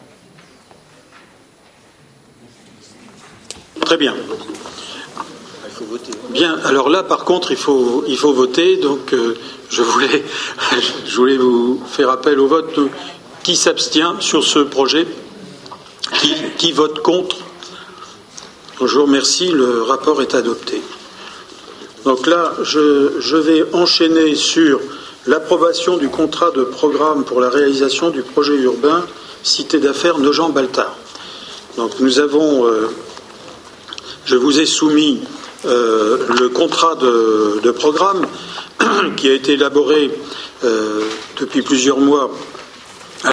Très bien. faut voter. Bien, alors là, par contre, il faut, il faut voter. Donc, euh, je, voulais, je voulais vous faire appel au vote. Qui s'abstient sur ce projet? qui, qui vote contre? Je vous remercie, le rapport est adopté. Donc là, je, je vais enchaîner sur l'approbation du contrat de programme pour la réalisation du projet urbain Cité d'affaires Nogent-Baltard. Donc nous avons, euh, je vous ai soumis euh, le contrat de, de programme qui a été élaboré euh, depuis plusieurs mois